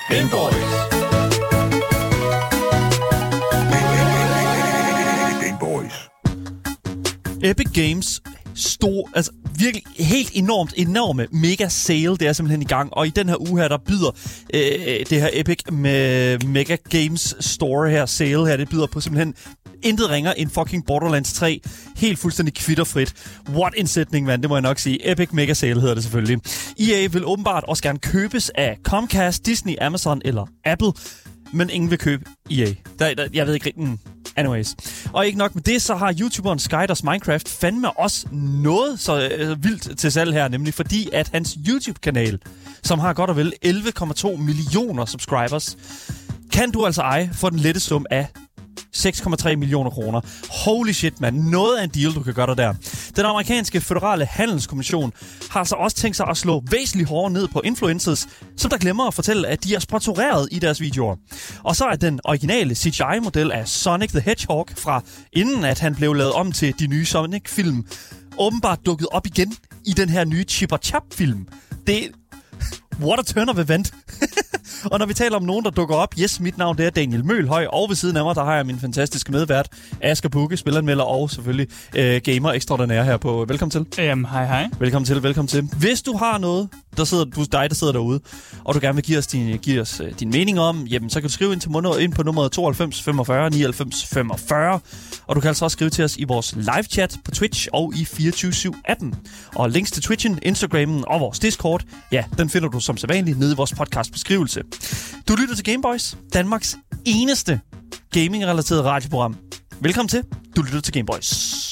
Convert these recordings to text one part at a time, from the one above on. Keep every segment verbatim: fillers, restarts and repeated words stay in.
Game Boys. Game Boys. Epic Games stor, altså virkelig helt enormt, enorme mega sale, det er simpelthen i gang. Og i den her uge her, der byder øh, det her Epic med Mega Games Store her, sale her, det byder på simpelthen intet ringer end fucking Borderlands tre. Helt fuldstændig kvitterfrit. What en sætning, mand. Det må jeg nok sige. Epic Mega Sale hedder det selvfølgelig. E A vil åbenbart også gerne købes af Comcast, Disney, Amazon eller Apple. Men ingen vil købe E A. Der, der, jeg ved ikke rigtig... Mm. Anyways. Og ikke nok med det, så har YouTuberen Skyders Minecraft fandme også noget så øh, vildt til salg her, nemlig fordi at hans YouTube-kanal, som har godt og vel elleve komma to millioner subscribers, kan du altså eje for den lette sum af seks komma tre millioner kroner. Holy shit, man. Noget af en deal, du kan gøre dig der. Den amerikanske føderale handelskommission har altså også tænkt sig at slå væsentligt hårdere ned på influencers, som der glemmer at fortælle, at de er sponsoreret i deres videoer. Og så er den originale C G I-model af Sonic the Hedgehog fra inden at han blev lavet om til de nye Sonic-film, åbenbart dukket op igen i den her nye Chip og Chap-film. Det what a turn of event. Og når vi taler om nogen, der dukker op, yes, mit navn det er Daniel Mølhøj, og ved siden af mig, der har jeg min fantastiske medvært, Asger Bukke, spilleranmelder og selvfølgelig øh, gamer ekstraordinær her på. Velkommen til. Um, hej, hej. Velkommen til, velkommen til. Hvis du har noget, der sidder, du, dig, der sidder derude, og du gerne vil give os din, give os, uh, din mening om, jamen, så kan du skrive ind, til mundet, ind på nummeret tooghalvfems femogfyrre nioghalvfems femogfyrre, og du kan altså også skrive til os i vores live-chat på Twitch og i fireogtyve syv appen. Og links til Twitchen, Instagrammen og vores Discord, ja, den finder du som sædvanligt nede i vores podcast-beskrivelse. Du lytter til Game Boys, Danmarks eneste gaming-relateret radioprogram. Velkommen til. Du lytter til Game Boys.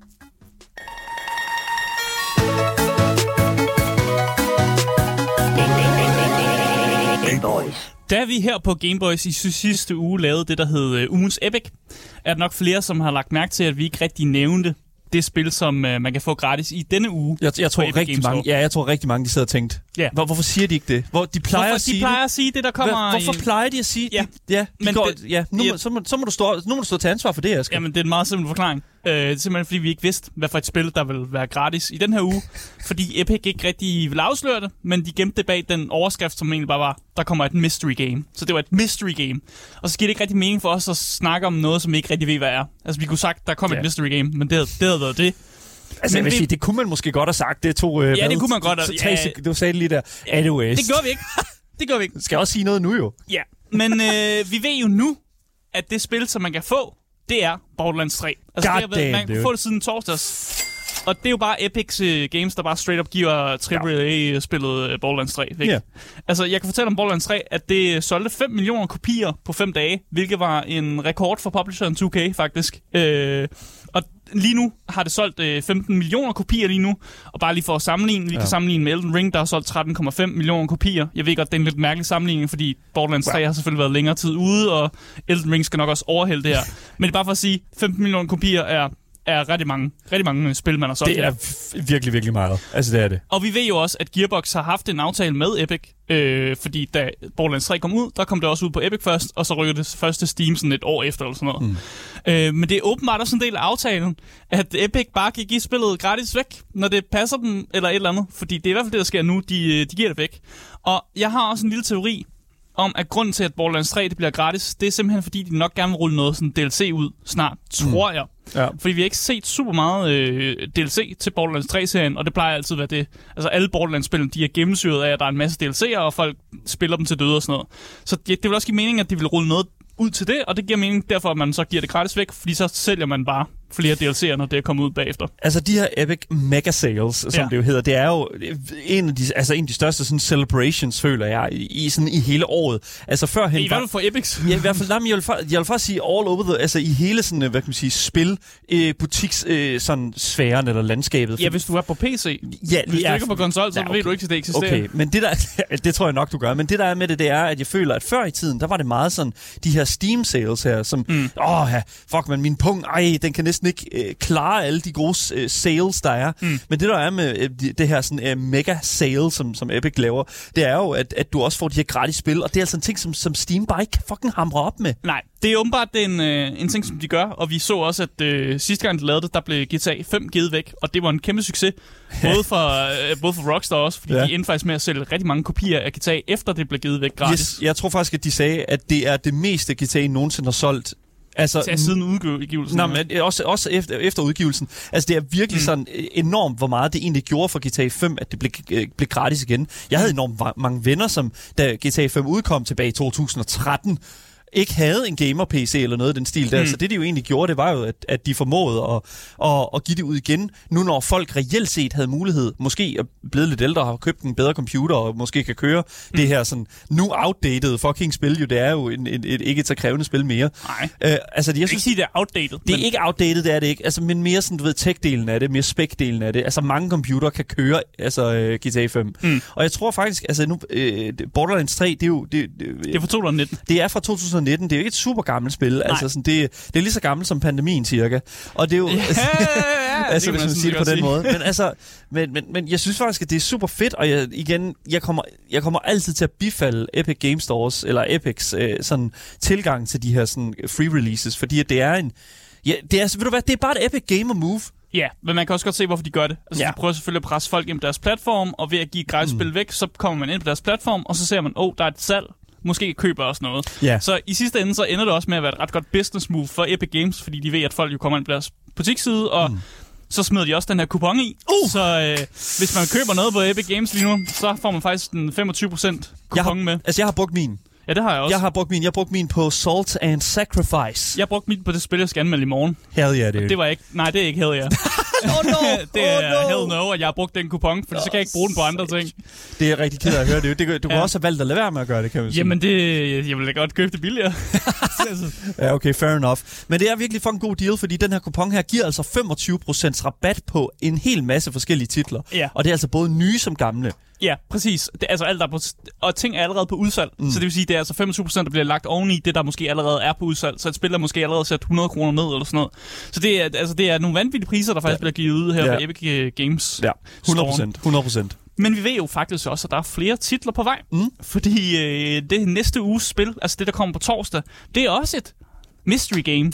Game Boys. Da vi her på Game Boys i sidste uge lavede det, der hed uh, ugens Epic, er der nok flere, som har lagt mærke til, at vi ikke rigtig nævnte det spil, som uh, man kan få gratis i denne uge. Jeg, jeg tror rigtig mange, ja, jeg tror rigtig mange, de sidder og tænkt. Ja. Hvor, hvorfor siger de ikke det? Hvor de plejer hvorfor at sige de plejer det? at sige det, der kommer. Hvor, hvorfor i... plejer de at sige ja. det? Ja, de Men går, det, ja, nu, ja. Så, må, så må du stå, nu må du stå til ansvar for det, Asger. Jamen, det er en meget simpel forklaring. Uh, simpelthen fordi vi ikke vidste, hvad for et spil, der ville være gratis i den her uge. Fordi Epic ikke rigtig ville afsløre det, men de gemte det bag den overskrift, som egentlig bare var, der kommer et mystery game. Så det var et mystery game. Og så giver det ikke rigtig mening for os at snakke om noget, som vi ikke rigtig ved, hvad er. Altså, vi kunne sagt, der kom ja. et mystery game, men det havde, det havde været det. Altså, men jeg vil vi... sige, det kunne man måske godt have sagt. Det tog... Øh, ja, hvad, det kunne man godt have... Ja, du sagde det lige der. Anyways. Det gjorde vi ikke. Det gjorde vi ikke. Skal også sige noget nu, jo. Ja, men øh, vi ved jo nu, at det spil, som man kan få, det er Borderlands tre. Altså, God det er, damn, man kan dude. få det siden torsdags. Og det er jo bare Epics uh, Games, der bare straight up giver triple A-spillet uh, Borderlands tre væk. Yeah. Altså, jeg kan fortælle om Borderlands tre, at det solgte fem millioner kopier på fem dage, hvilket var en rekord for publisheren to K, faktisk. Øh, og lige nu har det solgt øh, femten millioner kopier lige nu. Og bare lige for at sammenligne, vi ja. kan sammenligne med Elden Ring, der har solgt tretten komma fem millioner kopier. Jeg ved godt, det er en lidt mærkelig sammenligning, fordi Borderlands tre wow. har selvfølgelig været længere tid ude, og Elden Ring skal nok også overhælde det her. Men det er bare for at sige, femten millioner kopier er... er rigtig mange, rigtig mange spil, man har solgt. Det er f- virkelig, virkelig meget. Altså, det er det. Og vi ved jo også, at Gearbox har haft en aftale med Epic, øh, fordi da Borderlands tre kom ud, der kom det også ud på Epic først, og så rykkede det første Steam sådan et år efter, eller sådan noget. Mm. Øh, men det er åbenbart også en del af aftalen, at Epic bare kan give spillet gratis væk, når det passer dem, eller et eller andet. Fordi det er i hvert fald det, der sker nu, de, de giver det væk. Og jeg har også en lille teori om, at grunden til, at Borderlands tre det bliver gratis, det er simpelthen, fordi de nok gerne vil rulle noget sådan D L C ud snart, tror mm. jeg. Ja. Fordi vi har ikke set super meget øh, D L C til Borderlands tre-serien, og det plejer altid at være det. Altså alle Borderlands-spillene, de er gennemsyret af, at der er en masse D L C'er, og folk spiller dem til døde og sådan noget. Så det, det vil også give mening, at de vil rulle noget ud til det, og det giver mening derfor, at man så giver det gratis væk, fordi så sælger man bare flere D L C'er, når det er kommet ud bagefter. Altså de her Epic Mega Sales, som ja. det jo hedder, det er jo en af de, altså en af de største sådan celebrations, føler jeg, i, i, sådan, i hele året. Altså førhen... I hvert fald for Epics. Ja, i hvert fald, jamen, jeg, vil faktisk, jeg vil faktisk sige all over the, altså i hele sådan, hvad kan man sige, spil, øh, butiks, øh, sådan sfæren eller landskabet. Ja, hvis du er på P C. Ja, hvis ja, du ikke er på konsol, så ja, okay. ved du ikke, at det eksisterer. Okay, men det der, det tror jeg nok, du gør. Men det der er med det, det er, at jeg føler, at før i tiden, der var det meget sådan, de her Steam sales her, som, åh, mm. oh, ja, fuck man, min pung, ej, den kan næsten næsten ikke øh, klare alle de gode øh, sales, der er. Mm. Men det, der er med øh, det her sådan, øh, mega sale, som, som Epic laver, det er jo, at, at du også får de her gratis spil, og det er altså en ting, som, som Steam bare ikke kan fucking hamre op med. Nej, det er åbenbart det er en, øh, en ting, som de gør, og vi så også, at øh, sidste gang, de lavede det, der blev G T A fem givet væk, og det var en kæmpe succes, både for, øh, både for Rockstar også, fordi ja. de endte faktisk med at sælge rigtig mange kopier af G T A, efter det blev givet væk gratis. Yes, jeg tror faktisk, at de sagde, at det er det meste G T A nogensinde har solgt. Altså, til siden udgivelsen. Nej, men også, også efter, efter udgivelsen. Altså, det er virkelig mm. sådan enormt, hvor meget det egentlig gjorde for G T A fem, at det blev, blev gratis igen. Jeg havde enormt mange venner, som da G T A fem udkom tilbage i to tusind og tretten, ikke havde en gamer-P C eller noget af den stil der. Mm. Så det, de jo egentlig gjorde, det var jo, at, at de formåede at, at, at give det ud igen. Nu når folk reelt set havde mulighed, måske er blevet lidt ældre og har købt en bedre computer, og måske kan køre mm. det her sådan nu outdated fucking spil, jo det er jo en, en, et ikke så krævende spil mere. Nej, uh, altså, jeg synes, ikke sige, det er outdated. Det er men... ikke outdated, det er det ikke. Altså, men mere sådan, du ved, tech-delen af det, mere spec-delen af det. Altså, mange computere kan køre altså, uh, G T A fem. Mm. Og jeg tror faktisk, altså nu, uh, Borderlands tre, det er jo... Det, det, det er fra to tusind og nitten. Det er fra to tusind og nitten. Det er jo ikke et super gammelt spil. Altså, sådan, det, det er lige så gammelt som pandemien, cirka. Og det er jo... Ja, altså, ja, ja, altså, det hvis man siger det på den måde. Men, altså, men, men, men jeg synes faktisk, at det er super fedt, og jeg, igen, jeg kommer, jeg kommer altid til at bifalde Epic Game Stores, eller Epics øh, sådan, tilgang til de her sådan, free releases, fordi det er en... Ja, det er, ved du hvad, det er bare et Epic Gamer move. Ja, men man kan også godt se, hvorfor de gør det. Altså, ja. De prøver selvfølgelig at presse folk ind på deres platform, og ved at give gratis mm. spil væk, så kommer man ind på deres platform, og så ser man, åh, oh, der er et salg. Måske køber også noget. Yeah. Så i sidste ende, så ender det også med at være et ret godt business move for Epic Games, fordi de ved, at folk jo kommer ind på deres butiksside, og mm. så smider de også den her kupon i. Uh! Så øh, hvis man køber noget på Epic Games lige nu, så får man faktisk en femogtyve procent kupon med. Altså, jeg har brugt min. Ja, det har jeg også. Jeg har brugt min. Jeg har brugt min på Salt and Sacrifice. Jeg brugte min på det spil, jeg skal anmelde i morgen. Hell yeah, det. Det var ikke... Nej, det er ikke hell yeah. oh no! det er oh no. hell no, at jeg har brugt den kupon, for oh, så kan jeg ikke bruge den på andre ting. Det er rigtig ked af at høre det. det du kunne ja. også have valgt at lade være med at gøre det, kan man sige. Jamen, det, jeg ville da godt købe det billigere. Ja, okay, fair enough. Men det er virkelig for en god deal, fordi den her kupon her giver altså femogtyve procent rabat på en hel masse forskellige titler. Ja. Og det er altså både nye som gamle. Ja, præcis. Det er altså alt der er på, og ting er allerede på udsalg. Mm. Så det vil sige, det er altså femogtyve procent, der bliver lagt oveni det, der måske allerede er på udsalg. Så et spil, der måske allerede sat hundrede kroner ned eller sådan noget. Så det er, altså, det er nogle vanvittige priser, der faktisk ja. bliver givet ud her ja. på Epic Games. Ja, hundrede procent. hundrede procent. Men vi ved jo faktisk også, at der er flere titler på vej. Mm. Fordi øh, det næste uges spil, altså det, der kommer på torsdag, det er også et mystery game.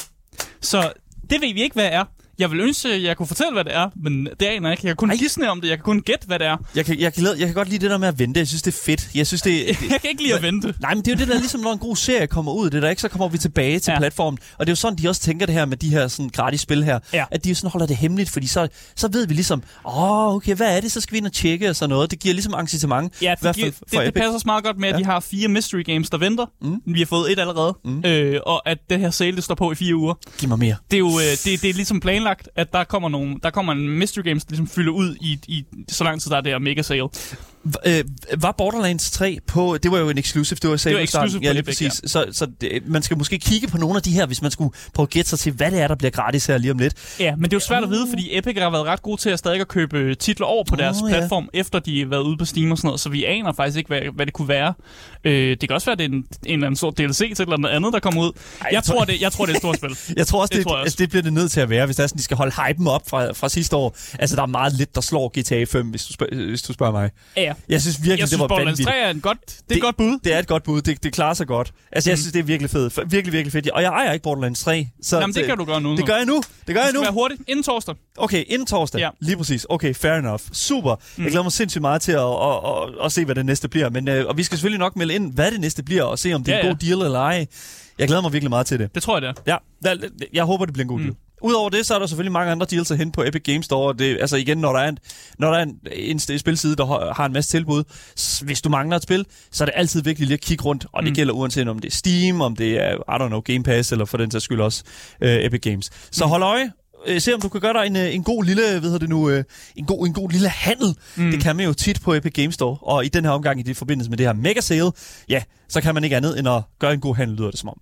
Så det ved vi ikke, hvad det er. Jeg vil ønske, at jeg kunne fortælle, hvad det er, men det aner jeg ikke. Jeg kan kun gisne om det. Jeg kan kun gætte, hvad det er. Jeg kan, jeg, kan, jeg kan godt lide det der med at vente. Jeg synes, det er fedt. Jeg synes, det, det jeg kan ikke lide at vente. Nej, men det er jo det der, ligesom når en god serie kommer ud. Det der ikke, så kommer vi tilbage til ja. platformen. Og det er jo sådan, de også tænker det her med de her sådan, gratis spil her. Ja. At de jo sådan holder det hemmeligt, fordi så, så ved vi ligesom, åh, oh, okay, hvad er det? Så skal vi ind og tjekke og sådan noget. Det giver ligesom incitament. Ja, det, giver, for, for det, det passer også meget godt med, at ja. de har fire mystery games, der venter. Mm. Vi har fået et allerede. Mm. Øh, og at det her sale, det står på i fire uger. Giv mig mere. Det er jo det, det er ligesom planlagt, at der kommer nogle, der kommer en mystery games, der ligesom fylder ud i, i så lang tid, der er det her mega sale. Øh, var Borderlands tre på... Det var jo en exclusive, det var, det var exclusive ja, lige præcis. Ja. Så, så det, man skal måske kigge på nogle af de her, hvis man skulle prøve at gætte sig til, hvad det er, der bliver gratis her lige om lidt. Ja, men det er jo svært at vide, fordi Epic har været ret gode til at stadig at købe titler over på deres oh, platform, ja. efter de har været ude på Steam og sådan noget, så vi aner faktisk ikke, hvad, hvad det kunne være. Øh, det kan også være, at det er en, en eller anden sort D L C til et eller andet, der kommer ud. Ej, jeg, jeg, tror, det, jeg tror, det er et stort spil. jeg tror også, det, det, tror jeg også. Altså, det bliver det nødt til at være, hvis det er sådan, de skal holde hypen op fra, fra sidste år. Altså, der er meget lidt, der slår G T A fem, hvis du spørger, hvis du spørger mig. Ja. Jeg synes virkelig, jeg synes, det var vanvittigt. tre er en godt, det er et godt bud. Det er et godt bud. Det, det klarer sig godt. Altså, jeg mm. synes, det er virkelig fedt. Virkelig, virkelig fedt. Og jeg ejer ikke Borderlands tre. Så Jamen, det kan du gøre nu. Det gør jeg nu. Det gør jeg nu. Det skal være hurtigt. Inden torsdag. Okay, inden torsdag. Ja. Lige præcis. Okay, fair enough. Super. Mm. Jeg glæder mig sindssygt meget til at, at, at, at, at se, hvad det næste bliver. Men, øh, og vi skal selvfølgelig nok melde ind, hvad det næste bliver, og se, om det er ja, en god deal eller ej. Jeg glæder mig virkelig meget til det. Det tror jeg, det er. Ja, jeg håber, det bliver en god mm. deal. Udover det, så er der selvfølgelig mange andre deals at hente på Epic Games Store. Det, altså igen, når der er en, når der er en, en, en spilside, der har en masse tilbud, hvis du mangler et spil, så er det altid vigtigt lige at kigge rundt. Og det mm. gælder uanset om det er Steam, om det er, I don't know, Game Pass, eller for den sags skyld også uh, Epic Games. Så mm. hold øje. Se om du kan gøre dig en, en god lille, hvad hedder det nu, en god, en god lille handel. Mm. Det kan man jo tit på Epic Games Store. Og i den her omgang, i det forbindelse med det her mega sale, ja, så kan man ikke andet end at gøre en god handel, lyder det som om.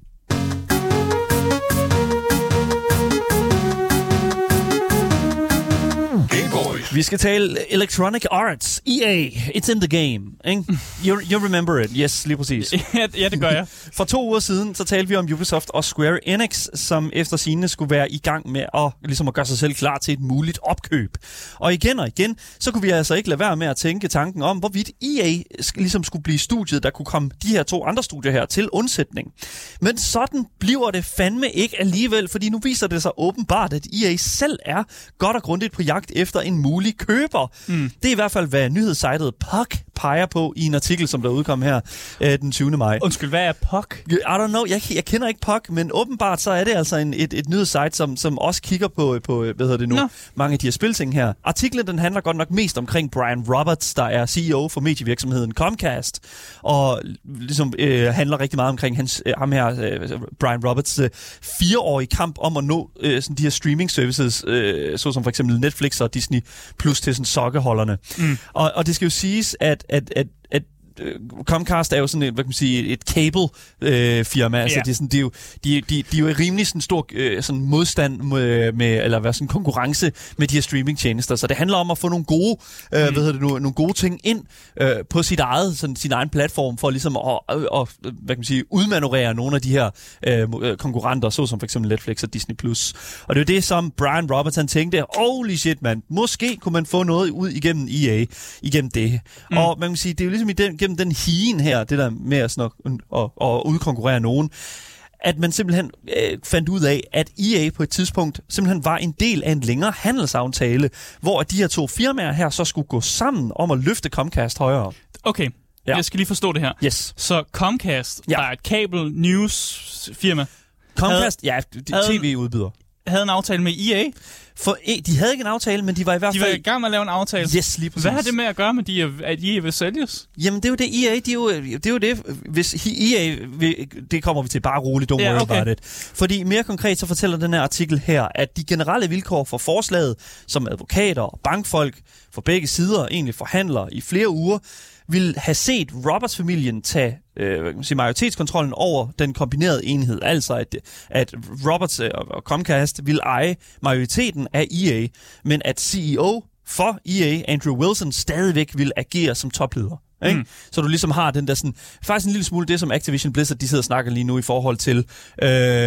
Game Boys. Vi skal tale Electronic Arts. E A, it's in the game. Ikke? You, you remember it. Yes, lige præcis. ja, ja, det gør jeg. For to uger siden, så talte vi om Ubisoft og Square Enix, som efter sigende skulle være i gang med at, ligesom at gøre sig selv klar til et muligt opkøb. Og igen og igen, så kunne vi altså ikke lade være med at tænke tanken om, hvorvidt E A ligesom skulle blive studiet, der kunne komme de her to andre studier her til undsætning. Men sådan bliver det fandme ikke alligevel, fordi nu viser det sig åbenbart, at E A selv er godt og grundigt på jagt efter en mulig køber. Mm. Det er i hvert fald, hvad nyhedssejtet Puck peger på i en artikel, som der udkom her øh, den tyvende maj. Undskyld, hvad er Puck? I don't know, jeg, jeg kender ikke Puck, men åbenbart så er det altså en, et, et nyhedssite, som, som også kigger på, på hvad hedder det nu, no. mange af de her spilting her. Artiklen, den handler godt nok mest omkring Brian Roberts, der er C E O for medievirksomheden Comcast, og ligesom øh, handler rigtig meget omkring hans, øh, ham her, øh, Brian Roberts, øh, fireårige kamp om at nå øh, sådan de her streaming services, øh, såsom for eksempel Netflix og Disney Plus til sådan sokkeholderne. Mm. Og, og det skal jo siges, at, at, at, at Comcast er jo sådan et, hvad kan man sige, et cable øh, firma. Yeah. Altså det er sådan, de er jo de, de, de er jo rimelig sådan stor øh, sådan modstand med, med eller hvad sådan konkurrence med de her streamingtjenester. Så det handler om at få nogle gode, øh, mm. hvad hedder det nu, nogle gode ting ind øh, på sit eget sådan sin egen platform for ligesom at, at, at hvad kan man sige, udmanøvrere nogle af de her øh, konkurrenter, så som for eksempel Netflix og Disney Plus. Og det er jo det, som Brian Roberts han tænkte, holy shit man, måske kunne man få noget ud igennem E A igennem det. Mm. Og man kan sige, det er jo ligesom i den den higen her, det der med at, at, at, at udkonkurrere nogen, at man simpelthen øh, fandt ud af, at E A på et tidspunkt simpelthen var en del af en længere handelsaftale, hvor de her to firmaer her så skulle gå sammen om at løfte Comcast højere. Okay, ja. Jeg skal lige forstå det her. Yes. Så Comcast, ja. Der er et cable news firma. Comcast, havde, ja, tv-udbyder. Havde en aftale med E A? For de havde ikke en aftale, men de var i hvert fald... De var i gang med at lave en aftale? Yes, lige præcis. Hvad har det med at gøre med, de, at E A vil sælges? Jamen, det er jo det, E A, det er jo det, er jo det hvis E A, vil, det kommer vi til bare roligt, don't worry yeah, okay. about it. Fordi mere konkret, så fortæller den her artikel her, at de generelle vilkår for forslaget, som advokater og bankfolk for begge sider egentlig forhandler i flere uger, vil have set Roberts-familien tage øh, hvad kan man sige, majoritetskontrollen over den kombinerede enhed. Altså, at, at Roberts og Comcast vil eje majoriteten af E A, men at C E O for E A, Andrew Wilson, stadigvæk vil agere som topleder. Ikke? Mm. Så du ligesom har den der sådan, faktisk en lille smule det, som Activision Blizzard, de sidder og snakker lige nu i forhold til, øh,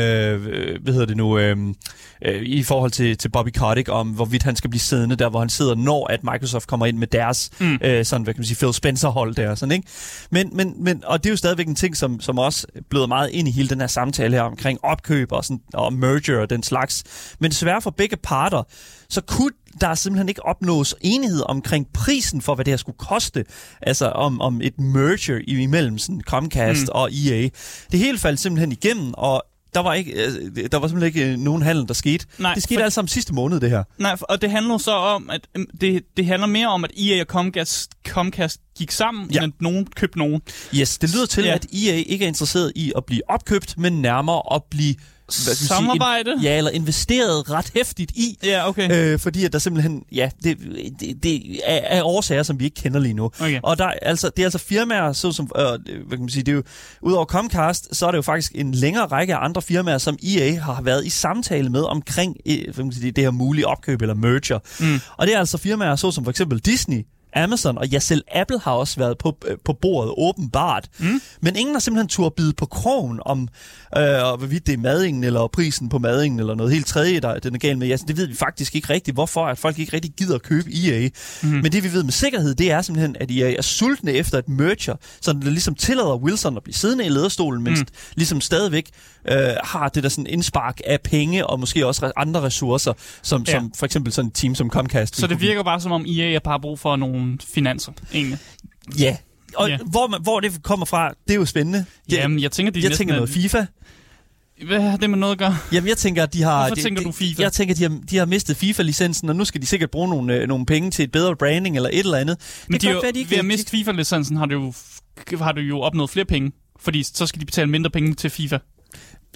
hvad hedder det nu, øh, øh, i forhold til, til Bobby Kotick, om hvorvidt han skal blive siddende der, hvor han sidder, når at Microsoft kommer ind med deres, mm. øh, sådan, hvad kan man sige, Phil Spencer-hold der, sådan, ikke? Men, men, men, og det er jo stadigvæk en ting, som, som også bløder meget ind i hele den her samtale her omkring opkøb og, sådan, og merger og den slags. Men desværre for begge parter, så kunne der simpelthen ikke opnås enighed omkring prisen for, hvad det her skulle koste. Altså om, om et merger imellem sådan Comcast mm. og E A. Det hele faldt simpelthen igennem, og der var, ikke, der var simpelthen ikke nogen handel, der skete. Nej, det skete for... altså om sidste måned, det her. Nej, og det handler så om, at det, det handler mere om, at E A og Comcast, Comcast gik sammen, ja. End at nogen købte nogen. Yes, det lyder til, ja. At E A ikke er interesseret i at blive opkøbt, men nærmere at blive samarbejde? Sige, in, ja, eller investeret ret hæftigt i. Ja, okay. Øh, fordi at der simpelthen, ja, det, det, det er, er årsager, som vi ikke kender lige nu. Okay. Og der, altså, det er altså firmaer, så som, øh, hvad kan man sige, det er jo, udover Comcast, så er det jo faktisk en længere række af andre firmaer, som E A har været i samtale med omkring øh, hvad kan man sige, det her mulige opkøb eller merger. Mm. Og det er altså firmaer, så som for eksempel Disney, Amazon, og ja, selv Apple har også været på, på bordet, åbenbart. Mm. Men ingen har simpelthen turde bide på krogen om, øh, hvorvidt det er madingen, eller prisen på madingen, eller noget helt tredje, der den er galt med. Ja, det ved vi faktisk ikke rigtigt, hvorfor at folk ikke rigtig gider at købe E A. Mm. Men det vi ved med sikkerhed, det er simpelthen, at E A er sultne efter et merger, så det ligesom tillader Wilson at blive siddende i lederstolen, men mm. ligesom stadigvæk øh, har det der sådan indspark af penge, og måske også andre ressourcer, som, ja. Som for eksempel sådan et team som Comcast. Så det virker bare som om E A er bare brug for nogle finanser, egentlig. Ja, og ja. Hvor, man, hvor det kommer fra, det er jo spændende. Det, Jamen, jeg tænker, det jeg tænker noget FIFA. Hvad har det med noget at gøre? Jamen, jeg tænker, de har... Hvorfor tænker de, du FIFA? Jeg tænker, de har, de har mistet FIFA-licensen, og nu skal de sikkert bruge nogle, øh, nogle penge til et bedre branding eller et eller andet. Men det de godt, jo, de ikke, ved at miste FIFA-licensen har du, jo, har du jo opnået flere penge, fordi så skal de betale mindre penge til FIFA.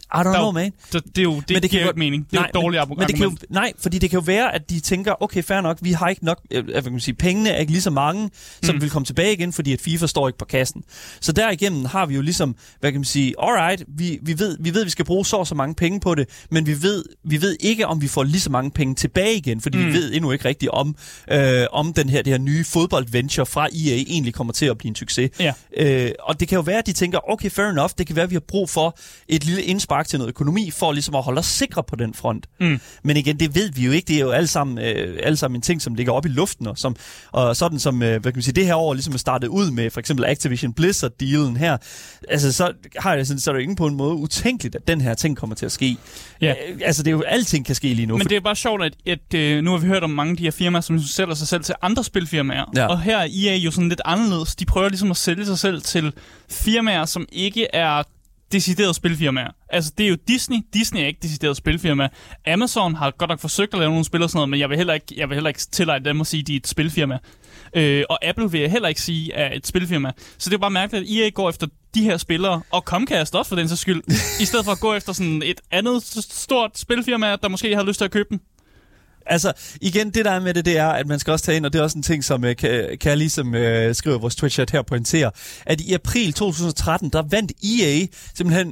don't Der, know, man. Det, det er jo det, Men det det giver kan jo jo- ikke mening. Det er nej, jo et dårligt men, men det kan jo, argument. nej, fordi det kan jo være, at de tænker, okay, fair nok, vi har ikke nok, øh, hvad kan man sige, pengene er ikke lige så mange, som mm. vil komme tilbage igen, fordi at FIFA står ikke på kassen. Så derigennem har vi jo ligesom, hvad kan man sige, alright, vi, vi ved, vi ved, vi skal bruge så og så mange penge på det, men vi ved, vi ved ikke, om vi får lige så mange penge tilbage igen, fordi mm. vi ved endnu ikke rigtigt om, øh, om den her, det her nye fodboldventure fra E A egentlig kommer til at blive en succes. Ja. Øh, og det kan jo være, at de tænker, okay, fair enough, det kan være, at vi har brug for et lille indspark til noget økonomi, for ligesom at holde os sikre på den front. Mm. Men igen, det ved vi jo ikke. Det er jo alle sammen, øh, alle sammen en ting, som ligger op i luften, og, som, og sådan som øh, hvad kan man sige, det her år ligesom er startet ud med for eksempel Activision Blizzard-dealen her, altså så, har jeg sådan, så er det jo ikke på en måde utænkeligt, at den her ting kommer til at ske. Ja. Øh, altså det er jo, alting kan ske lige nu. Men det er bare sjovt, at, at øh, nu har vi hørt om mange af de her firmaer, som sælger sig selv til andre spilfirmaer. Ja. Og her er E A jo sådan lidt anderledes. De prøver ligesom at sælge sig selv til firmaer, som ikke er decideret spilfirmaer. Altså, det er jo Disney. Disney er ikke decideret spilfirma. Amazon har godt nok forsøgt at lave nogle spil og sådan noget, men jeg vil heller ikke, jeg vil heller ikke tillade dem at sige, at de er et spilfirma. Øh, og Apple vil jeg heller ikke sige er et spilfirma. Så det er bare mærkeligt, at E A går efter de her spillere, og Comcast også for den sags skyld, i stedet for at gå efter sådan et andet stort spilfirma, der måske har lyst til at købe dem. Altså, igen, det der er med det, det er, at man skal også tage ind, og det er også en ting, som uh, Kali, ligesom uh, skriver vores Twitch-chat her, pointerer, at i april to tusind og tretten, der vandt E A simpelthen,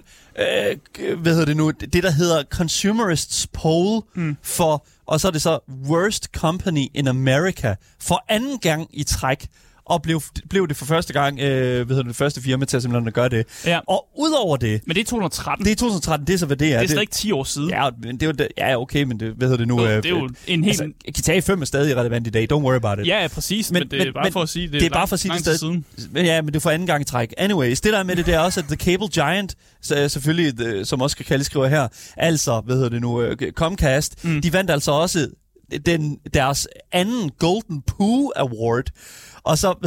uh, hvad hedder det nu, det der hedder Consumerists Poll mm. for, og så er det så Worst Company in America, for anden gang i træk. Og blev, blev det for første gang, øh, hvad hedder det, første firma til at simpelthen at gøre det. Ja. Og udover det... Men det er to tusind og tretten. Det er to tusind og tretten, det er så, hvad det er. Det er slet ikke ti år siden. Ja, men det er jo det, ja, okay, men det, hvad hedder det nu? Det, øh, det er jo en helt... Altså, G T A fem er stadig relevant i dag, don't worry about it. Ja, præcis, men, men det er bare men, for at sige, det, det er bare for at sige det stadig. Siden. Ja, men det er for anden gang i træk. Anyways, det der med det, det er også, at The Cable Giant, så, selvfølgelig, det, som også Kalle skriver her, altså, hvad hedder det nu, Comcast, mm. de vandt altså også den, deres anden Golden Pooh Award. Og så...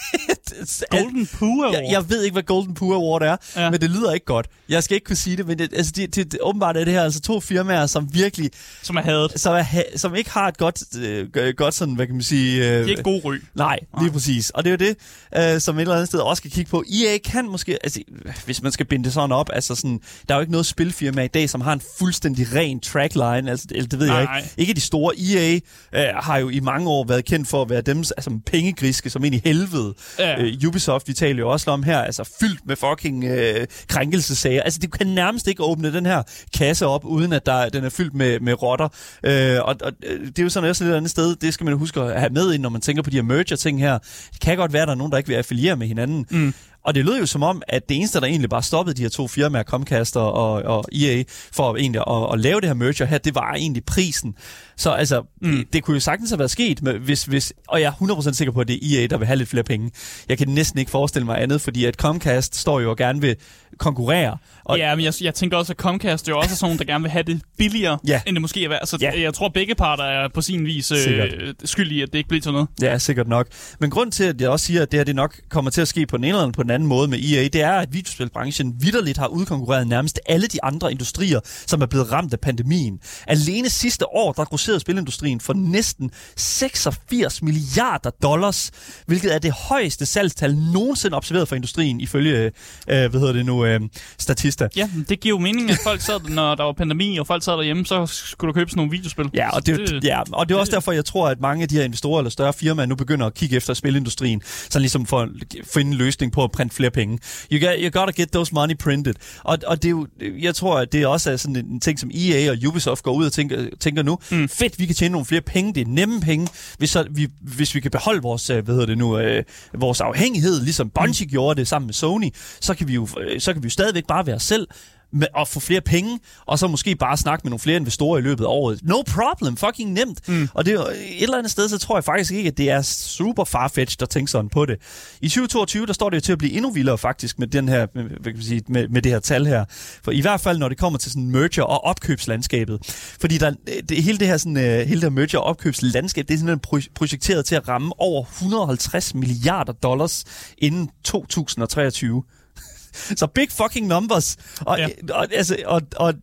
Golden Pooh Award? Jeg, jeg ved ikke, hvad Golden Pooh Award er, ja. Men det lyder ikke godt. Jeg skal ikke kunne sige det, men det, altså, det, det, det, åbenbart er det her altså to firmaer, som virkelig... Som er hadet. Som, er, som ikke har et godt, øh, godt sådan, hvad kan man sige... Øh, de er ikke god ry. Nej, lige nej. Præcis. Og det er jo det, øh, som et eller andet sted også skal kigge på. E A kan måske... Altså, hvis man skal binde det sådan op, altså sådan... Der er jo ikke noget spilfirma i dag, som har en fuldstændig ren trackline. Altså, eller det ved nej, jeg ikke. Nej. Ikke de store. E A øh, har jo i mange år været kendt for at være dem altså, pengegriske, som ind i helvede. Ja. Øh, Ubisoft, vi taler jo også om her, altså fyldt med fucking øh, krænkelsesager. Altså, det kan nærmest ikke åbne den her kasse op, uden at der, den er fyldt med, med rotter. Øh, og, og det er jo sådan også et andet sted, det skal man huske at have med ind, når man tænker på de her merger-ting her. Det kan godt være, at der er nogen, der ikke vil affiliere med hinanden. Mm. Og det lød jo som om, at det eneste, der egentlig bare stoppede de her to firmaer, Comcast og, og E A, for egentlig at, at lave det her merger her, det var egentlig prisen. Så altså, mm. det, det kunne jo sagtens have været sket, med, hvis, hvis, og jeg er hundrede procent sikker på, at det er E A, der vil have lidt flere penge. Jeg kan næsten ikke forestille mig andet, fordi at Comcast står jo og gerne vil konkurrere. Og ja, men jeg, jeg tænker også, at Comcast er jo også sådan nogen, der gerne vil have det billigere, ja. End det måske er værd. Altså, ja. Jeg tror, begge parter er på sin vis øh, skyldige, at det ikke bliver til noget. Ja, sikkert nok. Men grund til, at jeg også siger, at det her det nok kommer til at ske på den ene eller på den anden måde med E A, det er, at videospilbranchen vitterligt har udkonkurreret nærmest alle de andre industrier, som er blevet ramt af pandemien. Alene sidste år, der grosserede spilindustrien for næsten seksogfirs milliarder dollars, hvilket er det højeste salgstal nogensinde observeret for industrien, ifølge, øh, hvad hedder det nu, øh, Statista. Ja, det giver jo mening, at folk sad, når der var pandemi, og folk sad derhjemme, så skulle du købe sådan nogle videospil. Ja, og det, det, ja, og det er også derfor, jeg tror, at mange af de her investorer eller større firmaer nu begynder at kigge efter spilindustrien, så ligesom for at finde en løsning på at printe flere penge. You, got, you gotta get those money printed. Og, og det er jo, jeg tror, at det også er sådan en ting, som E A og Ubisoft går ud og tænker, tænker nu, mm. fedt, vi kan tjene nogle flere penge, det er nemme penge, hvis, så, vi, hvis vi kan beholde vores, hvad hedder det nu, øh, vores afhængighed, ligesom Bungie mm. gjorde det sammen med Sony, så kan vi jo, så kan vi jo stadigvæk bare være selv, med at få flere penge, og så måske bare snakke med nogle flere investorer i løbet af året. No problem, fucking nemt. Mm. Og det er et eller andet sted, så tror jeg faktisk ikke, at det er super farfetched at tænke sådan på det. I tyve toogtyve, der står det jo til at blive endnu vildere faktisk med den her, med, hvad kan man sige, med, med det her tal her. For i hvert fald, når det kommer til sådan merger- og opkøbslandskabet. Fordi der, det, hele det her sådan, uh, hele det her merger- og opkøbslandskab, det er sådan pro- projekteret til at ramme over et hundrede og halvtreds milliarder dollars inden to tusind og treogtyve. Så big fucking numbers. Og, ja. og, altså, og, og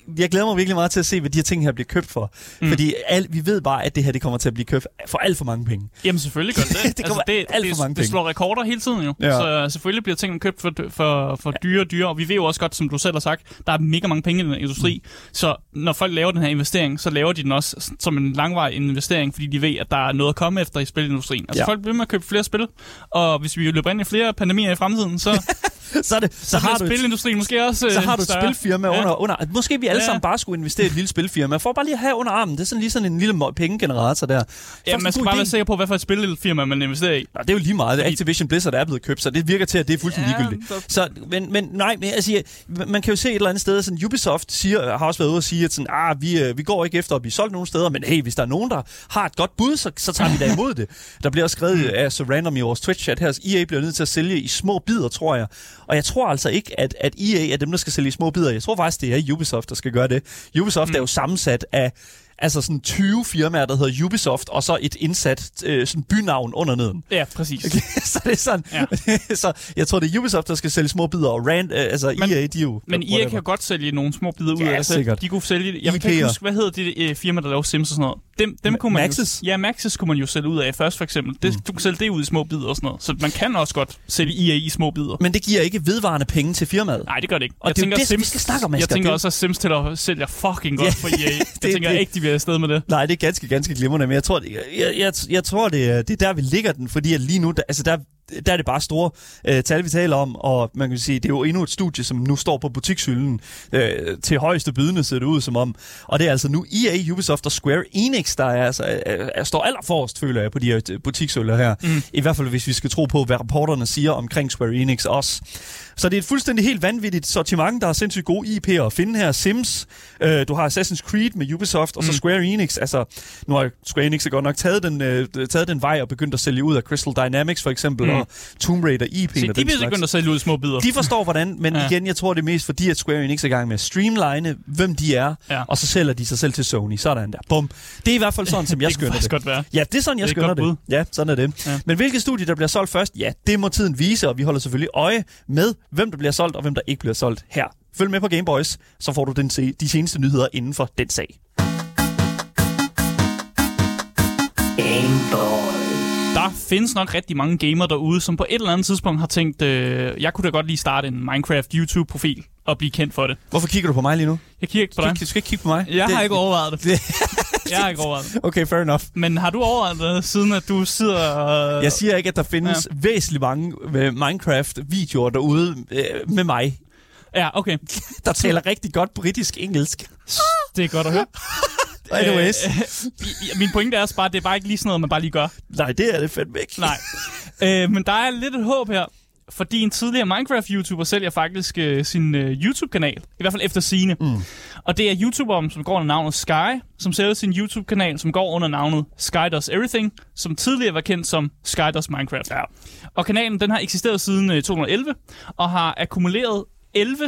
jeg glæder mig virkelig meget til at se, hvad de her ting her bliver købt for. Mm. Fordi al, vi ved bare, at det her det kommer til at blive købt for alt for mange penge. Jamen selvfølgelig gør det. det kommer altså, det, alt for det, mange det penge. slår rekorder hele tiden jo. Ja. Så selvfølgelig bliver tingene købt for, for, for dyre og dyre. Og vi ved jo også godt, som du selv har sagt, der er mega mange penge i den industri. Mm. Så når folk laver den her investering, så laver de den også som en langvarig investering, fordi de ved, at der er noget at komme efter i spilindustrien. Altså ja. Folk bliver med at købe flere spil, og hvis vi løber ind i flere pandemier i fremtiden, så... så, det, så, så har du spilindustrien måske også så har du et større. spilfirma ja. under, under måske vi alle ja. sammen bare skulle investere i et lille spilfirma for bare lige at have under armen. Det er sådan lige sådan en lille pengegenerator der. Ja, man skal bare idé. være sikker på, hvad for et spilfirma man investerer i. Nå, det er jo lige meget. Activision Blizzard er blevet købt, så det virker til, at det er fuldstændig ja, ligegyldigt. Så, men, men nej, men, altså, man kan jo se et eller andet sted, sådan Ubisoft siger, har også været ude og sige, at sådan, ah, vi, vi går ikke efter at blive solgt nogen steder, men hey, hvis der er nogen, der har et godt bud, så, så tager vi da imod det. Der bliver også skrevet af så random i vores Twitch-chat her, E A bliver nødt til at sælge i små bidder, tror jeg. Og jeg tror altså ikke, at, at E A er dem, der skal sælge i små bidder. Jeg tror faktisk, det er Ubisoft, der skal gøre det. Ubisoft mm. er jo sammensat af altså sådan tyve firmaer, der hedder Ubisoft, og så et indsat øh, sådan bynavn under neden. Ja, præcis. Okay, så det er sådan. Ja. Så jeg tror, det er Ubisoft, der skal sælge små bidder, og Rand, øh, altså men, E A, de jo... Men E A kan jo godt sælge nogle små bidder ud af. Ja, altså, sikkert. De kunne sælge... Jeg kan ikke huske, hvad hedder det øh, firma, der laver Sims og sådan noget. Dem, dem kunne man Maxis? Jo, ja, Maxis kunne man jo sælge ud af først, for eksempel. Det, mm. Du kan sælge det ud i små bidder og sådan noget. Så man kan også godt sælge E A i små bidder. Men det giver ikke vedvarende penge til firmaet. Nej, det gør det ikke. Og jeg det tænker, er det, Sims, vi skal snakke om, Jeg Asger. tænker det... også, at Sims til at sælge fucking godt for E A. Jeg det, tænker det... ikke, de vil afsted med det. Nej, det er ganske, ganske glimrende, men jeg tror, jeg, jeg, jeg, jeg tror det, er, det er der, vi ligger den, fordi at lige nu, der, altså der, der er det bare store øh, tal, vi taler om, og man kan sige, det er jo endnu et studie, som nu står på butikshylden øh, til højeste bydende, ser det ud som om. Og det er altså nu E A, Ubisoft og Square Enix, der er, altså, er, er, står allerforrest, føler jeg, på de her butikshylder her. Mm. I hvert fald, hvis vi skal tro på, hvad rapporterne siger omkring Square Enix også. Så det er et fuldstændig helt vanvittigt sortiment, der er sindssygt gode I P'er at finde her. Sims, øh, du har Assassin's Creed med Ubisoft, og så mm. Square Enix. Altså, nu har Square Enix godt nok taget den, øh, taget den vej og begyndt at sælge ud af Crystal Dynamics for eksempel, mm. og Tomb Raider I P'en. Se, de bliver begyndt at sælge ud i små bidder. De forstår hvordan, men ja. igen, jeg tror det er mest fordi, at Square Enix er i gang med at streamline, hvem de er, ja. og så sælger de sig selv til Sony. Sådan der. Bum. Det er i hvert fald sådan, som jeg skønner det. Det kunne godt være. Ja, det er sådan, jeg det skønner det. Ja, sådan er det. Ja. Men hvilket studie, der bliver solgt først, ja, det må tiden vise, og vi holder selvfølgelig øje med, hvem der bliver solgt, og hvem der ikke bliver solgt her. Følg med på Gameboys, så får du den se- de seneste nyheder inden for den sag. Der findes nok rigtig mange gamere derude, som på et eller andet tidspunkt har tænkt, øh, jeg kunne da godt lige starte en Minecraft YouTube-profil og blive kendt for det. Hvorfor kigger du på mig lige nu? Jeg kigger ikke på dig. Du skal ikke kigge på mig. Jeg det, har ikke overvejet det. det. Jeg har ikke overvejet det. Okay, fair enough. Men har du overvejet det, siden at du sidder og... Jeg siger ikke, at der findes ja. væsentligt mange Minecraft-videoer derude øh, med mig. Ja, okay. Der taler rigtig godt britisk-engelsk. Det er godt at høre. Anyways. Øh, min pointe er også bare, at det er bare ikke lige sådan noget, man bare lige gør. Nej, det er det fandme ikke. Nej. Øh, men der er lidt et håb her, fordi en tidligere Minecraft-YouTuber sælger faktisk øh, sin øh, YouTube-kanal. I hvert fald efter sigende. Mm. Og det er YouTuberen, som går under navnet Sky, som sælger sin YouTube-kanal, som går under navnet Sky Does Everything, som tidligere var kendt som Sky Does Minecraft. Ja. Og kanalen, den har eksisteret siden øh, to tusind og elleve, og har akkumuleret elleve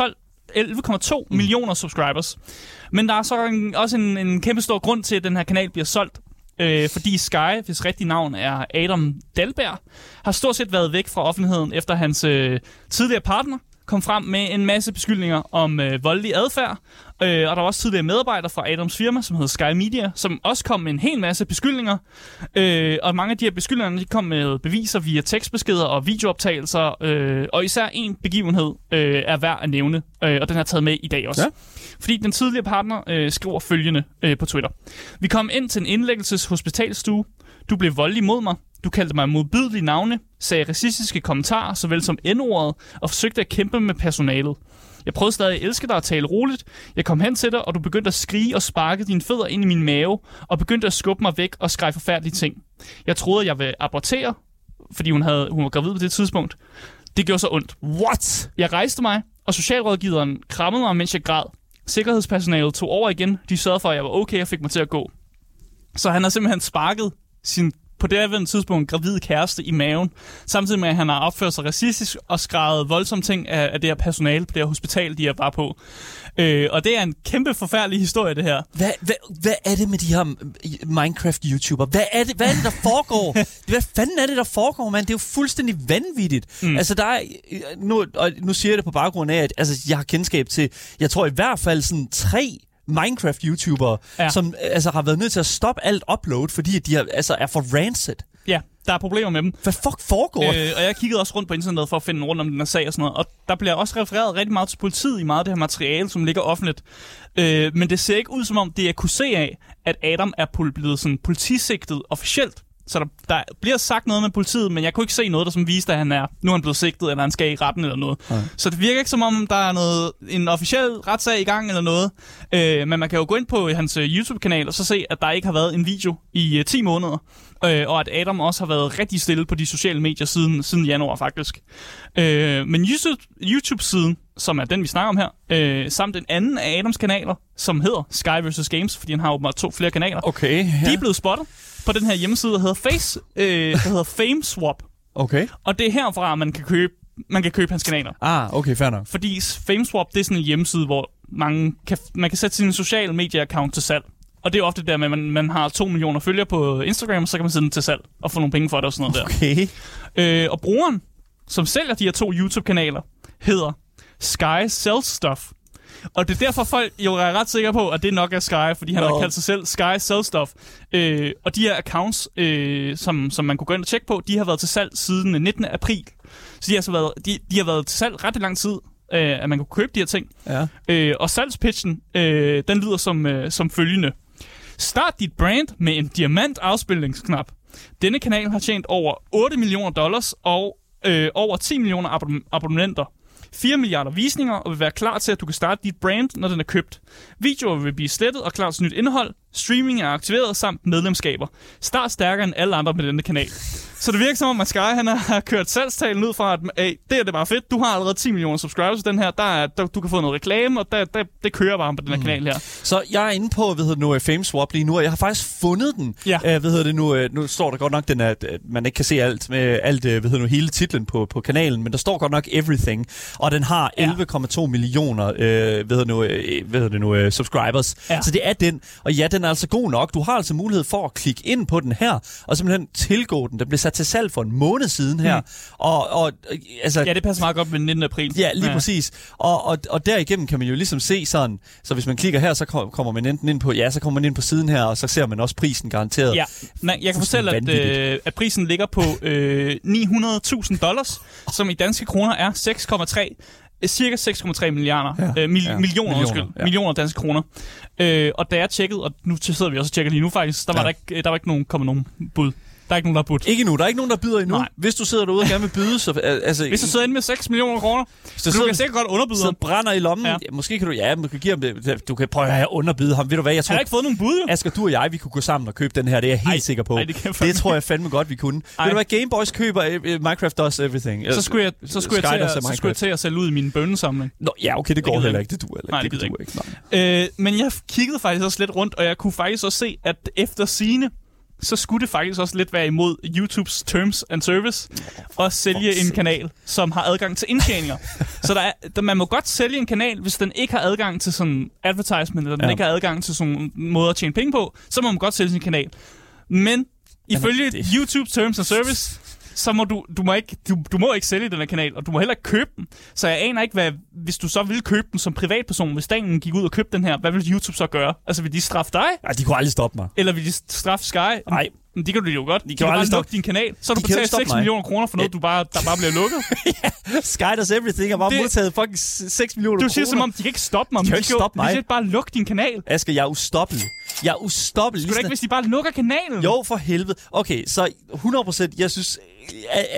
komma to mm. millioner subscribers. Men der er så en, også en, en kæmpe stor grund til, at den her kanal bliver solgt. Øh, fordi Sky, hvis rigtig navn er Adam Dahlberg, har stort set været væk fra offentligheden, efter hans øh, tidligere partner kom frem med en masse beskyldninger om øh, voldelig adfærd. Øh, og der var også tidligere medarbejdere fra Adams firma, som hedder Sky Media, som også kom med en hel masse beskyldninger. Øh, og mange af de her beskyldninger, de kom med beviser via tekstbeskeder og videooptagelser. Øh, og især en begivenhed øh, er værd at nævne, øh, og den har taget med i dag også. Ja. Fordi den tidligere partner øh, skriver følgende øh, på Twitter. Vi kom ind til en indlæggelses-hospitalstue. Du blev voldelig mod mig. Du kaldte mig modbydelige navne, sagde racistiske kommentarer, såvel som N-ordet, og forsøgte at kæmpe med personalet. Jeg prøvede stadig at elske dig og tale roligt. Jeg kom hen til dig, og du begyndte at skrige og sparke dine fødder ind i min mave, og begyndte at skubbe mig væk og skrige forfærdelige ting. Jeg troede, jeg ville abortere, fordi hun, havde, hun var gravid på det tidspunkt. Det gjorde så ondt. What? Jeg rejste mig, og socialrådgiveren krammede mig, mens jeg græd. Sikkerhedspersonalet tog over igen. De sørgede for, at jeg var okay og fik mig til at gå. Så han har simpelthen sparket sin på det her tidspunkt en gravid kæreste i maven, samtidig med, at han har opført sig racistisk og skrevet voldsomme ting af, af det her personale på det her hospital, de er bare på. Øh, og det er en kæmpe forfærdelig historie, det her. Hvad, hvad, hvad er det med de her Minecraft-YouTuber? Hvad er det, hvad er det der foregår? Hvad fanden er det, der foregår, mand? Det er jo fuldstændig vanvittigt. Mm. Altså, der er... Nu, og nu siger jeg det på baggrund af, at altså, jeg har kendskab til, jeg tror i hvert fald sådan tre Minecraft-YouTubere, ja. som altså, har været nødt til at stoppe alt upload, fordi de har, altså, er for rancid. Ja, der er problemer med dem. Hvad fuck foregår? Øh, og jeg kiggede også rundt på internettet for at finde rundt om den her sag og sådan noget, og der bliver også refereret rigtig meget til politiet i meget af det her materiale, som ligger offentligt. Øh, men det ser ikke ud, som om det er kunne se af, at Adam er blevet sådan politisigtet officielt. Så der, der bliver sagt noget med politiet, men jeg kunne ikke se noget, der som viste, at han er, nu er han blevet sigtet, eller han skal i retten eller noget. Ja. Så det virker ikke som om, der er noget, en officiel retssag i gang eller noget. Øh, men man kan jo gå ind på hans uh, YouTube-kanal og så se, at der ikke har været en video i uh, ti måneder. Øh, og at Adam også har været rigtig stille på de sociale medier siden, siden januar faktisk. Øh, men YouTube, YouTube-siden, som er den, vi snakker om her, øh, samt en anden af Adams kanaler, som hedder Sky versus. Games, fordi han har åbenbart to flere kanaler. Okay, ja. De er blevet spottet på den her hjemmeside, der hedder Face, øh, der hedder FameSwap. Okay. Og det er herfra, man kan købe, man kan købe hans kanaler. Ah, okay, fair nok. Fordi FameSwap, det er sådan en hjemmeside, hvor man kan, man kan sætte sin sociale medie-account til salg. Og det er ofte der med, at man, man har to millioner følgere på Instagram, så kan man sætte den til salg og få nogle penge for det og sådan noget okay. der. Øh, og brugeren, som sælger de her to YouTube-kanaler, hedder Sky Sells Stuff. Og det er derfor folk jo er ret sikre på, at det nok er Sky, fordi han no. har kaldt sig selv Sky Sells Stuff. Øh, og de her accounts, øh, som, som man kunne gå ind og tjekke på, de har været til salg siden nittende april. Så de har, altså været, de, de har været til salg ret lang tid, øh, at man kunne købe de her ting. Ja. Øh, og salgspitchen, øh, den lyder som, øh, som følgende. Start dit brand med en diamant-afspilningsknap. Denne kanal har tjent over otte millioner dollars og øh, over ti millioner abon- abonnenter. fire milliarder visninger og vil være klar til, at du kan starte dit brand, når den er købt. Videoer vil blive slettet og klar til nyt indhold. Streaming er aktiveret samt medlemskaber. Start stærkere end alle andre med denne kanal. Så det virker som om, at Sky han har kørt salgstalen ud fra, at hey, det er det bare fedt. Du har allerede ti millioner subscribers den her. Der er, der, du kan få noget reklame, og der, der, det kører bare på den her mm. kanal her. Så jeg er inde på, hvad hedder det nu, FameSwap lige nu, og jeg har faktisk fundet den. Ja. Æh, hvad hedder det nu? Nu står der godt nok, den er, at man ikke kan se alt med alt, hvad hedder nu, hele titlen på, på kanalen, men der står godt nok Everything, og den har elleve komma to millioner, øh, hvad hedder nu, øh, hvad hedder det nu, øh, subscribers. Ja. Så det er den, og ja, den er altså god nok. Du har altså mulighed for at klikke ind på den her, og simpelthen tilgå den. Den blev sat til salg for en måned siden her. Mm. Og, og, altså, ja, det passer meget godt med nittende april. Ja, lige ja. præcis. Og, og, og derigennem kan man jo ligesom se sådan, så hvis man klikker her, så kommer man enten ind på, ja, så kommer man ind på siden her, og så ser man også prisen garanteret. Ja, nej, jeg kan fortælle, at, øh, at prisen ligger på øh, ni hundrede tusind dollars, som i danske kroner er seks komma tre cirka seks komma tre milliarder, ja, øh, mil- ja, millioner, millioner, undskyld, ja. millioner danske kroner. Øh, og da jeg tjekkede, og nu sidder vi også og tjekker lige nu faktisk, der var, ja. der ikke, der var ikke nogen, kommet nogen bud. Der er ikke nogen, der har budt. Ikke nu. Der er ikke nogen, der byder endnu. Nej. Hvis du sidder derude og gerne vil byde, så... Altså, hvis du sidder inde med seks millioner kroner, så du kan sikkert godt underbyde ham. Så brænder i lommen. Ja. Ja, måske kan du... Ja, du kan give ham... Du kan prøve at underbyde ham. Ved du hvad, jeg tror... Jeg har ikke fået nogen bud, jo. Asger, du og jeg, vi kunne gå sammen og købe den her. Det er jeg helt ej, ej, sikker på. Det, det tror jeg fandme godt, vi kunne. Ej. Ved du hvad, Game Boys køber uh, Minecraft Does Everything. Så skulle jeg, så skulle jeg, til, at, så skulle jeg til at sælge ud i min bønnesamling. Nå, ja, okay, det går heller ikke. Det duer heller ikke. Nej, det duer ikke. Men jeg kiggede faktisk også lidt rundt, og jeg kunne faktisk også se, at efter sigende, så skulle det faktisk også lidt være imod YouTubes terms and service at sælge en kanal, som har adgang til indtjeninger. Så der er, der, man må godt sælge en kanal, hvis den ikke har adgang til sådan advertisement, eller den ja. ikke har adgang til sådan måder at tjene penge på, så må man godt sælge sin kanal. Men ifølge det... YouTube terms and service, så må du, du, må ikke, du, du må ikke sælge den her kanal, og du må heller ikke købe den. Så jeg aner ikke, hvad, hvis du så ville købe den som privatperson, hvis staten gik ud og købte den her, hvad vil YouTube så gøre? Altså, vil de straffe dig? Nej, de kunne aldrig stoppe mig. Eller vil de straffe Sky? Nej. Men det kan du jo godt. De, de kan, kan bare lukke din kanal. Så har du de betalt seks millioner kroner for noget, ja. du bare, der bare bliver lukket. ja, Sky Does Everything har bare det, modtaget fucking seks millioner kroner. Du siger som om, de kan ikke stoppe mig. De kan ikke stoppe mig. De kan bare lukke din kanal. Asger, jeg er ustoppelig. Jeg er ustoppelig. Skulle du ikke, hvis de bare lukker kanalen? Jo, for helvede. Okay, så hundrede procent, jeg synes, at, at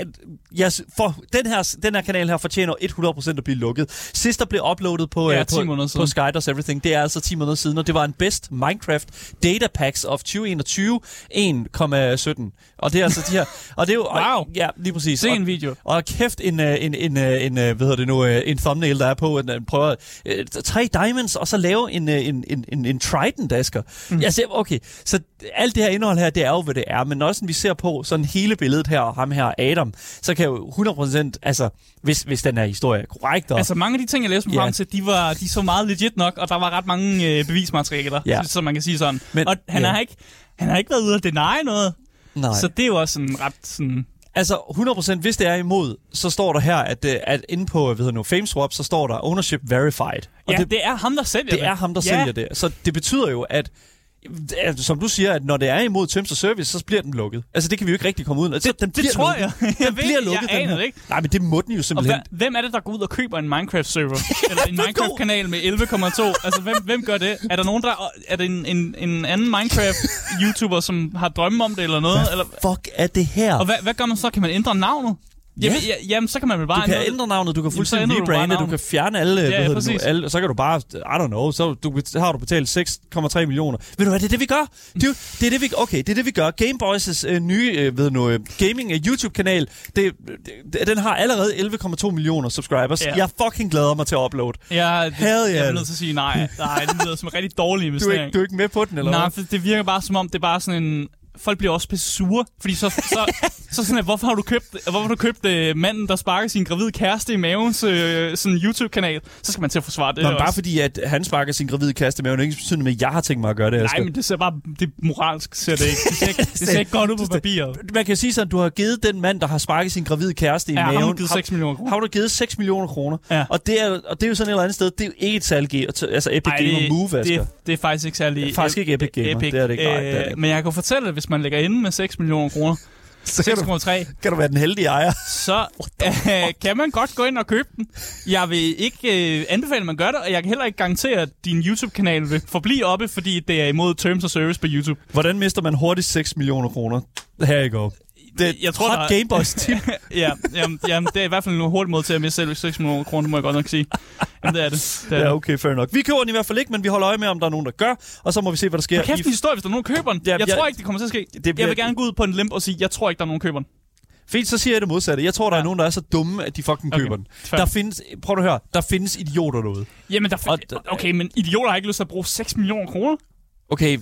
yes, for den her, den her kanal her fortjener hundrede procent at blive lukket. Sidst der blev uploadet på, ja, uh, på, på Sky Does Everything, det er altså ti måneder siden, og det var en Best Minecraft Data Packs of tyve enogtyve en komma sytten. Og det er altså de her... Og det er jo, wow! Og, ja, lige præcis. Se en og, video. Og kæft en, en, en, en, hvad hedder det nu, en thumbnail, der er på, at den prøver uh, tre diamonds, og så lave en, en, en, en, en trident-dasker. Mm. Jeg ser, okay, så alt det her indhold her, det er jo, hvad det er, men når vi ser på sådan hele billedet her, og ham her, Adam, så kan jo hundrede procent, altså, hvis, hvis den her historie er korrekt. Og, altså, mange af de ting, jeg læste mig ja. frem til, de var de så meget legit nok, og der var ret mange øh, bevismaterialer, ja. så man kan sige sådan. Men, og han, ja. har ikke, han har ikke været ude at deny noget, Nej. så det er jo også sådan ret sådan... Altså, hundrede procent, hvis det er imod, så står der her, at, at inde på, hvad hedder nu, FameSwap, så står der ownership verified. Og ja, det, det er ham, der sælger det. Det er ham, der ja. sælger det. Så det betyder jo, at som du siger, at når det er imod terms of service, så bliver den lukket. Altså, det kan vi jo ikke rigtig komme ud af. Det, den det tror lukket. jeg. Jeg den ved, bliver lukket, jeg aner den det ikke. Nej, men det må den jo simpelthen. Og hvem er det, der går ud og køber en Minecraft-server? Eller en Minecraft-kanal med elleve komma to? Altså, hvem, hvem gør det? Er der nogen, der... Er det en, en, en anden Minecraft-YouTuber, som har drømme om det, eller noget? Hvad eller? fuck er det her? Og hvad, hvad gør man så? Kan man ændre navnet? Ja. Jamen, ja, jamen, så kan man vel bare... Du kan ændre navnet, du kan fuldstændig rebrande, du, du kan fjerne alle, ja, hvad du nu, alle, så kan du bare, I don't know, så du, har du betalt seks komma tre millioner. Ved du hvad, det er det, vi gør? Det er, det er det, vi, okay, det er det, vi gør. Gameboys' øh, nye, øh, ved nu, øh, gaming øh, YouTube-kanal, det, det, den har allerede elleve komma to millioner subscribers. Ja. Jeg fucking glæder mig til at uploade. Ja, det, Hell yeah. Jeg er nødt til at sige nej. Nej, det lyder som en rigtig dårlig investering. Du er, ikke, du er ikke med på den, eller Nej, hvad? for det virker bare som om, det er bare sådan en... Folk bliver også pisse sure, fordi så, så, så sådan, at, hvorfor har du købt, hvorfor har du købt uh, manden, der sparker sin gravide kæreste i mavens uh, sådan YouTube-kanal? Så skal man til at forsvare det. Nå, bare fordi, at han sparker sin gravide kæreste i maven, er ikke betydende med, at jeg har tænkt mig at gøre det. Nej, men det ser bare, det moralsk ser det ikke. Det ser ikke, det ser ikke godt ud på papiret. Man kan sige sådan, at du har givet den mand, der har sparket sin gravide kæreste i ja, maven. har du givet seks millioner kroner. Har du givet seks millioner kroner. Ja. Og, det er, og det er jo sådan et eller andet sted, det er jo ikke et særligt altså Epic Ej, Gamer Move, det, det, det er faktisk ikke særlig... Det er faktisk ikke Epic Gamer, Epic, det er det ikke. Nej, det er det ikke. Men jeg kan fortælle, at hvis man lægger inde med seks millioner kroner, seks komma tre Kan du være den heldige ejer? Så øh, kan man godt gå ind og købe den. Jeg vil ikke øh, anbefale, at man gør det, og jeg kan heller ikke garantere, at din YouTube-kanal vil forblive oppe, fordi det er imod terms of service på YouTube. Hvordan mister man hurtigt seks millioner kroner? Her you go. Det er jeg tror, hot der... Gameboys tip. ja, jamen, jamen, det er i hvert fald en hurtig måde til at miste selv seks millioner kroner, må jeg godt nok sige. Jamen, det er det. det er ja, okay, fair nok. Vi køber den i hvert fald ikke, men vi holder øje med, om der er nogen, der gør, og så må vi se, hvad der sker. Men kæft en historie, hvis der er nogen, der køber den. Ja, jeg, jeg tror ikke, det kommer til at ske. Det bliver... Jeg vil gerne gå ud på en limp og sige, jeg tror ikke, der er nogen, der køber den. Fint, så siger jeg det modsatte. Jeg tror, der ja. er nogen, der er så dumme, at de fucking okay. køber den. Fair. Der findes, prøv at høre, der findes idioter derude. Jamen, der fin- okay, men idioter har ikke lyst til at bruge seks millioner kroner. Okay,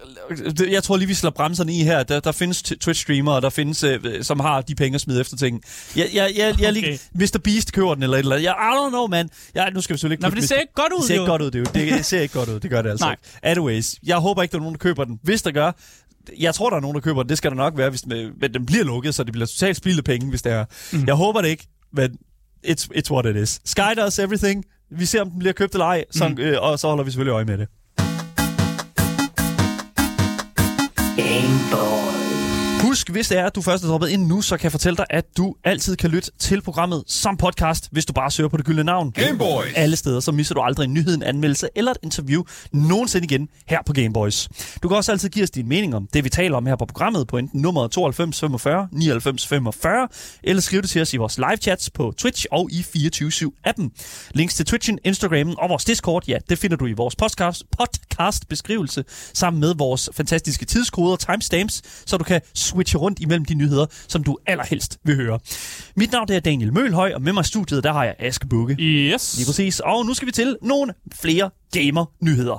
jeg tror lige, vi slår bremserne i her. Der, der findes Twitch-streamere, der findes, øh, som har de penge at smide efter ting. Jeg, jeg, jeg, jeg okay. lige, mister Beast køber den eller et eller andet. Jeg, I don't know, man. Jeg, nu skal vi selvfølgelig ikke... Nå, men det ser ikke godt ud, Det ser ikke godt ud, det, det, det ser ikke godt ud. Det gør det altså ikke. Anyways, jeg håber ikke, der er nogen, der køber den. Hvis der gør, jeg tror, der er nogen, der køber den. Det skal der nok være, hvis men den bliver lukket, så det bliver totalt spilde penge, hvis det er. Mm. Jeg håber det ikke, men it's, it's what it is. Sky Does Everything. Vi ser, om den bliver købt eller ej, så, mm. øh, og så holder vi selvfølgelig øje med det. Husk, hvis det er, at du først er droppet ind nu, så kan jeg fortælle dig, at du altid kan lytte til programmet som podcast, hvis du bare søger på det gyldne navn. Gameboys. Alle steder, så misser du aldrig en nyhed, en anmeldelse eller et interview nogensinde igen her på Gameboys. Du kan også altid give os din mening om det, vi taler om her på programmet på enten nummeret tooghalvfems femogfyrre nioghalvfems femogfyrre, eller skriv det til os i vores live chats på Twitch og i fireogtyve syv appen. Links til Twitchen, Instagrammen og vores Discord, ja, det finder du i vores podcast, podcast beskrivelse, sammen med vores fantastiske tidskoder og timestamps, så du kan switche rundt imellem de nyheder, som du allerhelst vil høre. Mit navn er Daniel Mølhøj, og med mig i studiet, der har jeg Aske Bukke. Yes. Lige præcis. Og nu skal vi til nogle flere gamer-nyheder.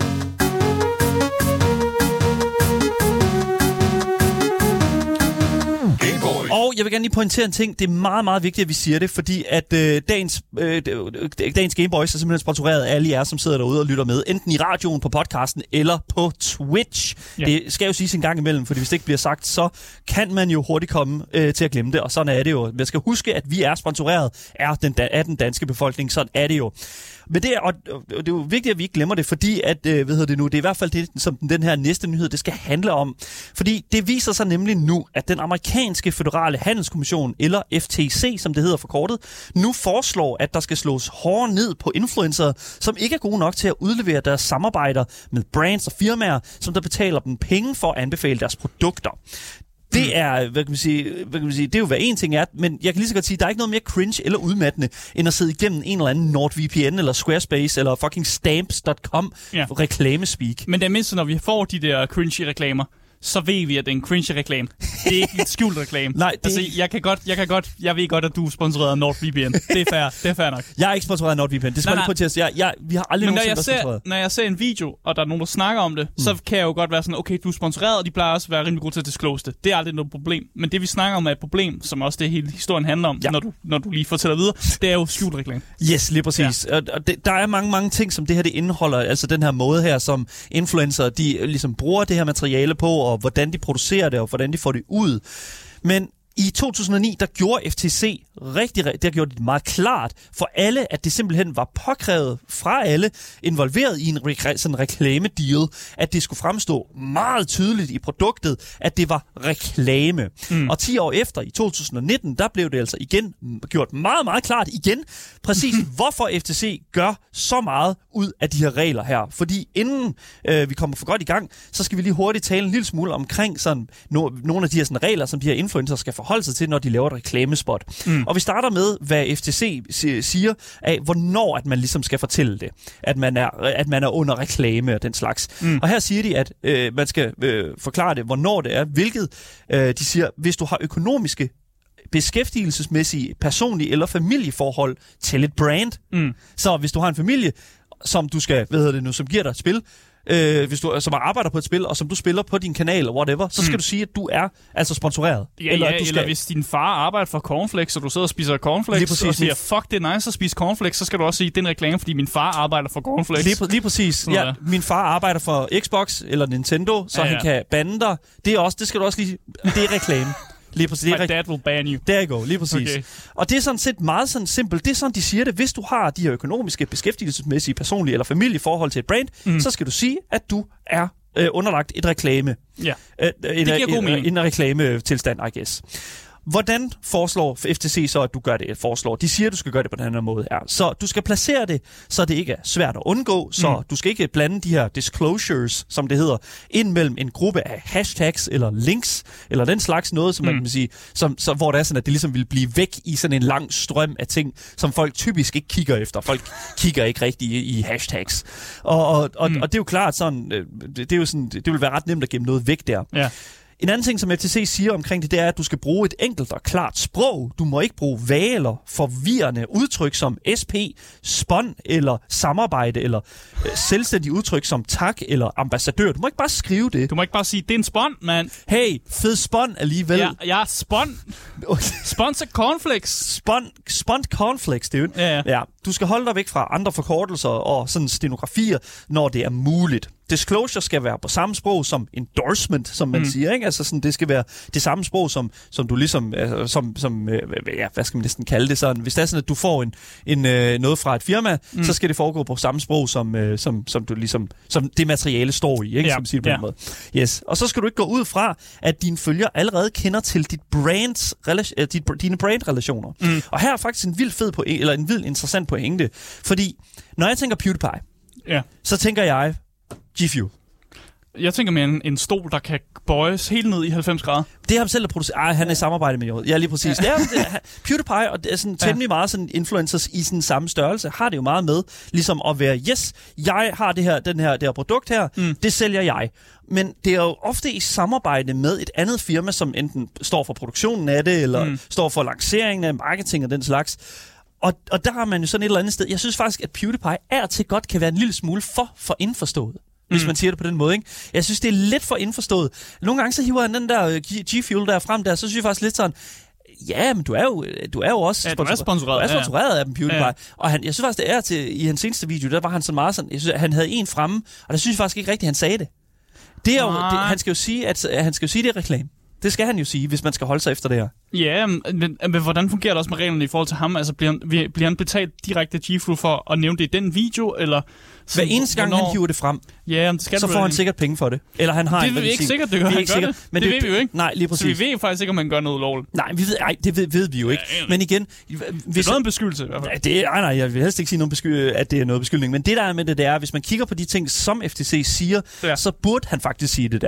Og jeg vil gerne lige pointere en ting. Det er meget, meget vigtigt, at vi siger det, fordi at øh, dagens, øh, dagens Gameboys er simpelthen sponsoreret af alle jer, som sidder derude og lytter med, enten i radioen, på podcasten eller på Twitch. Ja. Det skal jo siges en gang imellem, fordi hvis det ikke bliver sagt, så kan man jo hurtigt komme øh, til at glemme det, og sådan er det jo. Man skal huske, at vi er sponsoreret af den, af den danske befolkning, sådan er det jo. Men det er, og det er jo vigtigt, at vi ikke glemmer det, fordi at, øh, hvad hedder det nu, det er i hvert fald det, som den her næste nyhed, det skal handle om. Fordi det viser sig nemlig nu, at den amerikanske føderale handelskommission, eller F T C, som det hedder forkortet, nu foreslår, at der skal slås hårdere ned på influencer, som ikke er gode nok til at udlevere deres samarbejder med brands og firmaer, som der betaler dem penge for at anbefale deres produkter. Det er, hvad kan man sige, hvad kan man sige, det er jo hvad en ting er, men jeg kan lige så godt sige, der er ikke noget mere cringe eller udmattende, end at sidde igennem en eller anden NordVPN, eller Squarespace, eller fucking stamps punktum com Ja. reklamespeak. Men det er mindst, når vi får de der cringy reklamer, så ved vi, at det er en cringe reklame. Det er ikke et skjult reklame. Nej, det altså, er ikke... jeg kan godt, jeg kan godt, jeg ved godt, at du er sponsoreret af NordVPN. Det er fair, det er fair nok. Jeg er ikke sponsoreret af NordVPN. Det skal Nej, jeg lige på til at jeg, jeg, vi har aldrig Men når nogensinde jeg, været ser, sponsoreret. når jeg ser en video, og der er nogen, der snakker om det, mm. så kan jeg jo godt være sådan, okay, du er sponsoreret, og de plejer også at være rimelig gode til at disclose det. Det er aldrig noget problem. Men det, vi snakker om, er et problem, som også det hele historien handler om, ja. når, du, når du lige fortæller videre, det er jo skjult reklame. Yes, lige præcis. Ja. Og, og det, der er mange, mange ting, som det her det indeholder. Altså den her måde her, som influencer, de ligesom bruger det her materiale på, og hvordan de producerer det, og hvordan de får det ud. Men i to tusind og ni, der gjorde F T C rigtig, det har gjort det meget klart for alle, at det simpelthen var påkrævet fra alle, involveret i en re- sådan reklame-deal, at det skulle fremstå meget tydeligt i produktet, at det var reklame. Mm. Og ti år efter, i to tusind og nitten, der blev det altså igen gjort meget, meget klart igen, præcis hvorfor F T C gør så meget ud af de her regler her. Fordi inden øh, vi kommer for godt i gang, så skal vi lige hurtigt tale en lille smule omkring sådan, no- nogle af de her sådan, regler, som de her influencer skal forholde sig til, når de laver et reklamespot. Mm. Og vi starter med, hvad F T C siger af, hvornår at man ligesom skal fortælle det. At man er, at man er under reklame og den slags. Mm. Og her siger de, at øh, man skal øh, forklare det, hvornår det er, hvilket øh, de siger, hvis du har økonomiske, beskæftigelsesmæssige, personlige eller familieforhold til et brand. Mm. Så hvis du har en familie, som du skal, hvad hedder det nu, som giver dig et spil, Øh, hvis du som arbejder på et spil, og som du spiller på din kanal eller whatever, så skal mm. du sige, at du er altså sponsoreret. Ja, eller, ja, at du skal... eller hvis din far arbejder for cornflakes, og du sidder og spiser cornflakes, præcis, og siger, fuck, det er nice at spise cornflakes, så skal du også sige, at det er en reklame, fordi min far arbejder for cornflakes. Lige, lige præcis. Ja, min far arbejder for Xbox eller Nintendo, så ja, ja. han kan bande dig. Det er også, det skal du også lige... Det er reklame. Lige præcis. My dad will ban you. Der you go, lige præcis. Okay. Og det er sådan set meget sådan simpelt. Det er sådan, de siger det. Hvis du har de her økonomiske, beskæftigelsesmæssige, personlige eller familieforhold til et brand, mm. så skal du sige, at du er øh, underlagt et reklame. Ja, øh, det giver god mening. En reklametilstand, I guess. Hvordan foreslår F T C så, at du gør det? Foreslår. De siger, at du skal gøre det på den her måde her. Så du skal placere det, så det ikke er svært at undgå. Så mm. du skal ikke blande de her disclosures, som det hedder, ind mellem en gruppe af hashtags eller links, eller den slags noget, som mm. man kan sige, som, så, hvor det er sådan, at det ligesom vil blive væk i sådan en lang strøm af ting, som folk typisk ikke kigger efter. Folk kigger ikke rigtig i, i hashtags. Og, og, og, mm. og det er jo klart sådan, det, det er jo sådan, det vil være ret nemt at gemme noget væk der. Ja. En anden ting, som F T C siger omkring det, det er, at du skal bruge et enkelt og klart sprog. Du må ikke bruge valer, forvirrende udtryk som S P, spon eller samarbejde, eller øh, selvstændige udtryk som tak eller ambassadør. Du må ikke bare skrive det. Du må ikke bare sige, det er en spon, mand. Hey, fed spon alligevel. Ja, jeg er spon. Sponsor cornflakes. Spon, spon cornflakes, det er jo. Ja, ja. Ja. Du skal holde dig væk fra andre forkortelser og sådan stenografier, når det er muligt. Disclosure skal være på samme sprog som endorsement, som man mm. siger, ikke? Altså sådan, det skal være det samme sprog, som, som du ligesom, altså, som, som øh, ja, hvad skal man næsten kalde det sådan. Hvis det er sådan, at du får en, en, øh, noget fra et firma, mm. så skal det foregå på samme sprog, som, øh, som, som, du ligesom, som det materiale står i, ikke? Ja. Som siger det på ja. den måde. Yes. Og så skal du ikke gå ud fra, at dine følgere allerede kender til dit brands, rela- dit, dine brandrelationer. Mm. Og her er faktisk en vild fed pointe, eller en vild interessant pointe, fordi når jeg tænker PewDiePie, ja. så tænker jeg G-Fuel. Jeg tænker mere en, en stol, der kan bøjes helt ned i halvfems grader. Det har han selv produceret. Ej, han er i samarbejde med Jod. Ja, lige præcis. Ja. Det er, det er, PewDiePie, og det er sådan temmelig meget sådan influencers i sådan samme størrelse, har det jo meget med, ligesom at være, yes, jeg har det her, den her, det her produkt her, mm. det sælger jeg. Men det er jo ofte i samarbejde med et andet firma, som enten står for produktionen af det, eller mm. står for lanceringen af marketing og den slags. Og, og der har man jo sådan et eller andet sted. Jeg synes faktisk, at PewDiePie er til godt kan være en lille smule for, for indforstået. Hvis mm. man siger det på den måde, ikke? Jeg synes, det er lidt for indforstået. Nogle gange så hiver han den der G-Fuel der frem der, så synes jeg faktisk lidt sådan, ja, men du er jo, du er jo også ja, du er sponsoreret, du er sponsoreret ja. af dem, PewDiePie. Ja. Og han, jeg synes faktisk, det er til, i hans seneste video, der var han så meget sådan, jeg synes, han havde en fremme, og der synes jeg faktisk ikke rigtigt, han sagde det. Det er jo, det, han skal jo sige, at han skal jo sige, det er reklame. Det skal han jo sige, hvis man skal holde sig efter det her. Ja, men, men hvordan fungerer det også med reglerne i forhold til ham? Altså, bliver han, bliver han betalt direkte af G-Fuel for at nævne det i den video, eller... Hver eneste gang, hvornår... han hiver det frem, ja, det skal så får han sikkert penge for det. Eller han har det en, ved vi ikke sikkert, det gør han gør det. Men det, det ved vi jo ikke. Nej, lige præcis. Så vi ved jo faktisk ikke, om man gør noget lovligt. Nej, vi ved, ej, det ved, ved vi jo ikke. Ja, men igen... Hvis det er noget en beskyldelse i hvert fald. Ja, det er, nej, nej, jeg vil helst ikke sige noget besky- at det er noget beskyldning. Men det der er med det, det er, hvis man kigger på de ting, som F T C siger, ja. så burde han faktisk sige det der.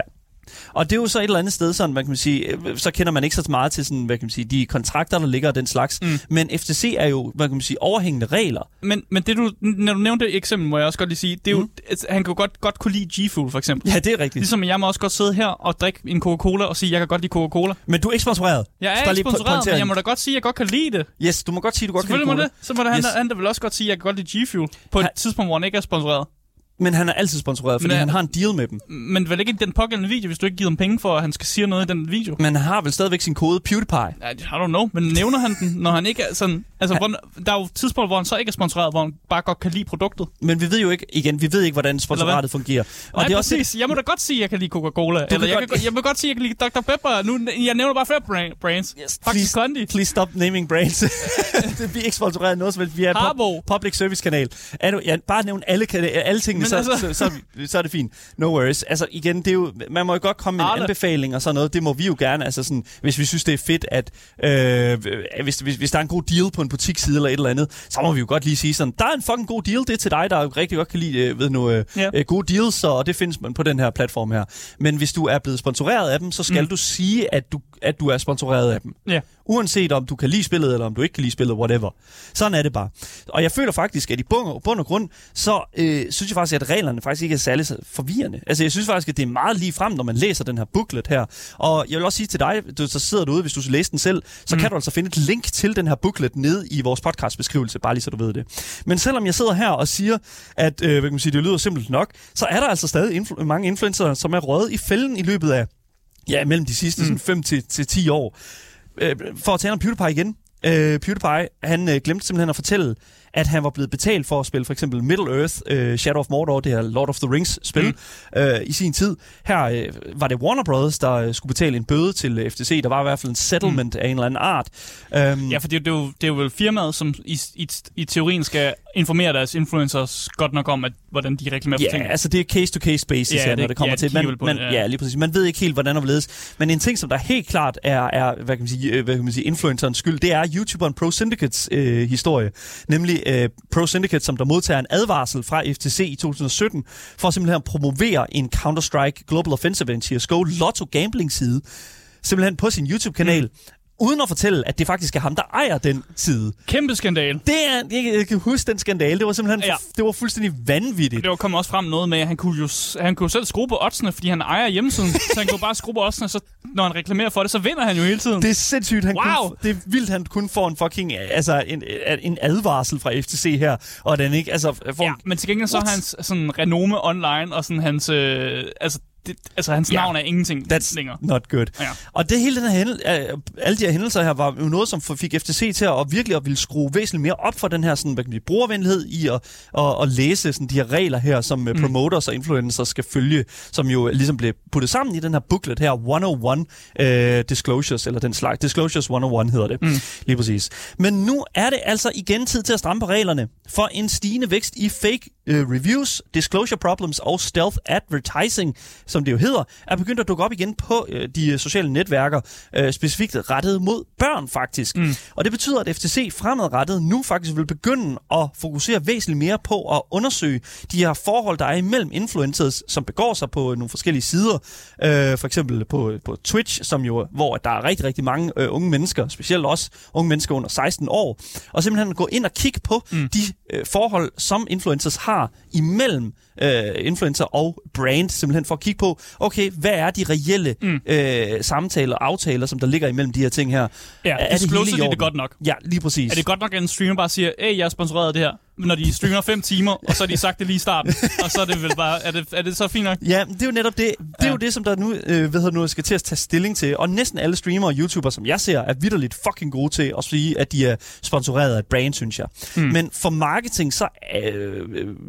Og det er jo så et eller andet sted, sådan, hvad kan man sige, så kender man ikke så meget til sådan, hvad kan man sige, de kontrakter, der ligger og den slags. Mm. Men F T C er jo, hvad kan man sige, overhængende regler. Men, men det du, når du nævnte det eksempel, må jeg også godt lige sige, det er jo, mm. han kan jo godt, godt kunne lide G-Fuel, for eksempel. Ja, det er rigtigt. Ligesom jeg må også godt sidde her og drikke en Coca-Cola og sige, jeg kan godt lide Coca-Cola. Men du er ikke sponsoreret. Jeg er ikke sponsoreret, men jeg må da godt sige, at jeg godt kan lide det. Yes, du må godt sige, at du godt kan lide Cola. det. Så må det, han, yes. han da vel også godt sige, at jeg kan godt lide G-Fuel på et ha- tidspunkt, hvor han ikke er sponsoreret. Men han er altid sponsoreret, fordi men, han har en deal med dem. Men vel ikke i den pågældende video, hvis du ikke giver dem penge for, at han skal sige noget i den video. Men han har vel stadigvæk sin kode PewDiePie. I don't know, men nævner han den, når han ikke er sådan... Altså, han, hvor, der er jo tidspunkt, hvor han så ikke er sponsoreret, hvor han bare godt kan lide produktet. Men vi ved jo ikke, igen, vi ved ikke, hvordan sponsoratet fungerer. Og Nej, det er præcis. Også... Jeg må da godt sige, at jeg kan lide Coca-Cola. Eller kan jeg, godt... kan, jeg må godt sige, at jeg kan lide doktor Pepper. Nu, jeg nævner bare flere brands. Yes, Faktisk Kondi. Please stop naming brands. Det bliver ikke sponsoreret noget som helst. Vi er en public service kanal. Ja, bare nævne alle, alle tingene, så, altså... så, så, så, så er det fint. No worries. Altså igen, det er jo, man må jo godt komme med en anbefaling og sådan noget. Det må vi jo gerne. Altså sådan, hvis vi synes, det er fedt, at øh, hvis, hvis, hvis der er en god deal på en butiksside eller et eller andet, så må vi jo godt lige sige sådan, der er en fucking god deal, det er til dig, der rigtig godt kan lide ved nu, øh, yeah. øh, gode deals, og det findes man på den her platform her. Men hvis du er blevet sponsoreret af dem, så skal mm. du sige, at du, at du er sponsoreret af dem. Yeah. Uanset om du kan lide spillet, eller om du ikke kan lide spillet, whatever. Sådan er det bare. Og jeg føler faktisk, at i bund, bund og grund, så øh, synes jeg faktisk, at reglerne faktisk ikke er særlig forvirrende. Altså jeg synes faktisk, at det er meget lige frem, når man læser den her booklet her. Og jeg vil også sige til dig, du, så sidder du ude, hvis du læser den selv, så mm. kan du altså finde et link til den her booklet nede i vores podcastbeskrivelse, bare lige så du ved det. Men selvom jeg sidder her og siger, at øh, hvad kan man sige, det lyder simpelt nok, så er der altså stadig influ- mange influencer, som er røget i fælden i løbet af, ja, mellem de sidste mm. fem til ti år. Øh, for at tale om PewDiePie igen. Øh, PewDiePie, han øh, glemte simpelthen at fortælle, at han var blevet betalt for at spille for eksempel Middle Earth, øh, Shadow of Mordor, det her Lord of the Rings-spil, mm. øh, i sin tid. Her øh, var det Warner Brothers, der øh, skulle betale en bøde til F T C. Der var i hvert fald en settlement mm. af en eller anden art. Um, ja, for det, det, er jo, det er jo vel firmaet, som i, i, i teorien skal informere deres influencers godt nok om, at, hvordan de reklamerer for ting. Ja, altså det er case-to-case basis ja, her, det, når det kommer ja, til. Man, på man, det, ja. ja, lige præcis. Man ved ikke helt, hvordan det ledes. Men en ting, som der helt klart er, er hvad kan man sige, hvad kan man sige, influencerens skyld, det er YouTuberen Pro Syndicates øh, historie. Nemlig øh, Pro Syndicate, som der modtager en advarsel fra F T C i to tusind og sytten, for simpelthen at promovere en Counter-Strike Global Offensive en C S G O Lotto Gambling side, simpelthen på sin YouTube-kanal, mm. uden at fortælle, at det faktisk er ham, der ejer den side. Kæmpe skandale. Det er, jeg, jeg kan huske den skandale. Det var simpelthen ja. det var fuldstændig vanvittigt. Det var kommet også frem noget med, at han kunne jo, han kunne jo selv skrue på oddsene, fordi han ejer hjemmesiden. Så han kunne bare skrue på oddsene, så når han reklamerer for det, så vinder han jo hele tiden. Det er sindssygt. Han wow. kunne, det er vildt, han kun får en fucking altså en, en advarsel fra F T C her, og den ikke altså får ja, men til gengæld så har hans sådan renome online og sådan hans øh, altså Det, altså, hans navn yeah. er ingenting That's længere. Not good. Ja. Og det hele den her hændel, alle de her hændelser her var jo noget, som fik F T C til at virkelig at ville skrue væsentligt mere op for den her sådan, hvad kan man sige, brugervenlighed i at, at, at læse sådan, de her regler her, som mm. promoters og influencers skal følge, som jo ligesom blev puttet sammen i den her booklet her, et hundrede og en uh, Disclosures, eller den slags. Disclosures et hundrede og en hedder det. Mm. Lige præcis. Men nu er det altså igen tid til at stramme på reglerne for en stigende vækst i fake uh, reviews, disclosure problems og stealth advertising, som det jo hedder, er begyndt at dukke op igen på øh, de sociale netværker, øh, specifikt rettet mod børn faktisk. Mm. Og det betyder, at F T C fremadrettet nu faktisk vil begynde at fokusere væsentligt mere på at undersøge de her forhold, der er imellem influencers, som begår sig på nogle forskellige sider. Øh, for eksempel på, på Twitch, som jo, hvor der er rigtig, rigtig mange øh, unge mennesker, specielt også unge mennesker under seksten år, og simpelthen gå ind og kigge på mm. de øh, forhold, som influencers har imellem øh, influencer og brand, simpelthen for at kigge på, okay, hvad er de reelle mm. øh, samtaler og aftaler, som der ligger imellem de her ting her? Ja, er, er det hele det godt nok? Ja, lige præcis. Er det godt nok, at en streamer bare siger, hey, jeg er sponsoreret af det her, når de streamer fem timer, og så har de sagt det lige i starten, og så er det vel bare, er det, er det så fint nok? Ja, det er jo netop det. Det er ja. jo det, som der nu, øh, ved nu skal til at tage stilling til, og næsten alle streamere og YouTubere, som jeg ser, er vitterligt fucking gode til at sige, at de er sponsoreret af et brand, synes jeg. Mm. Men for marketing, så øh,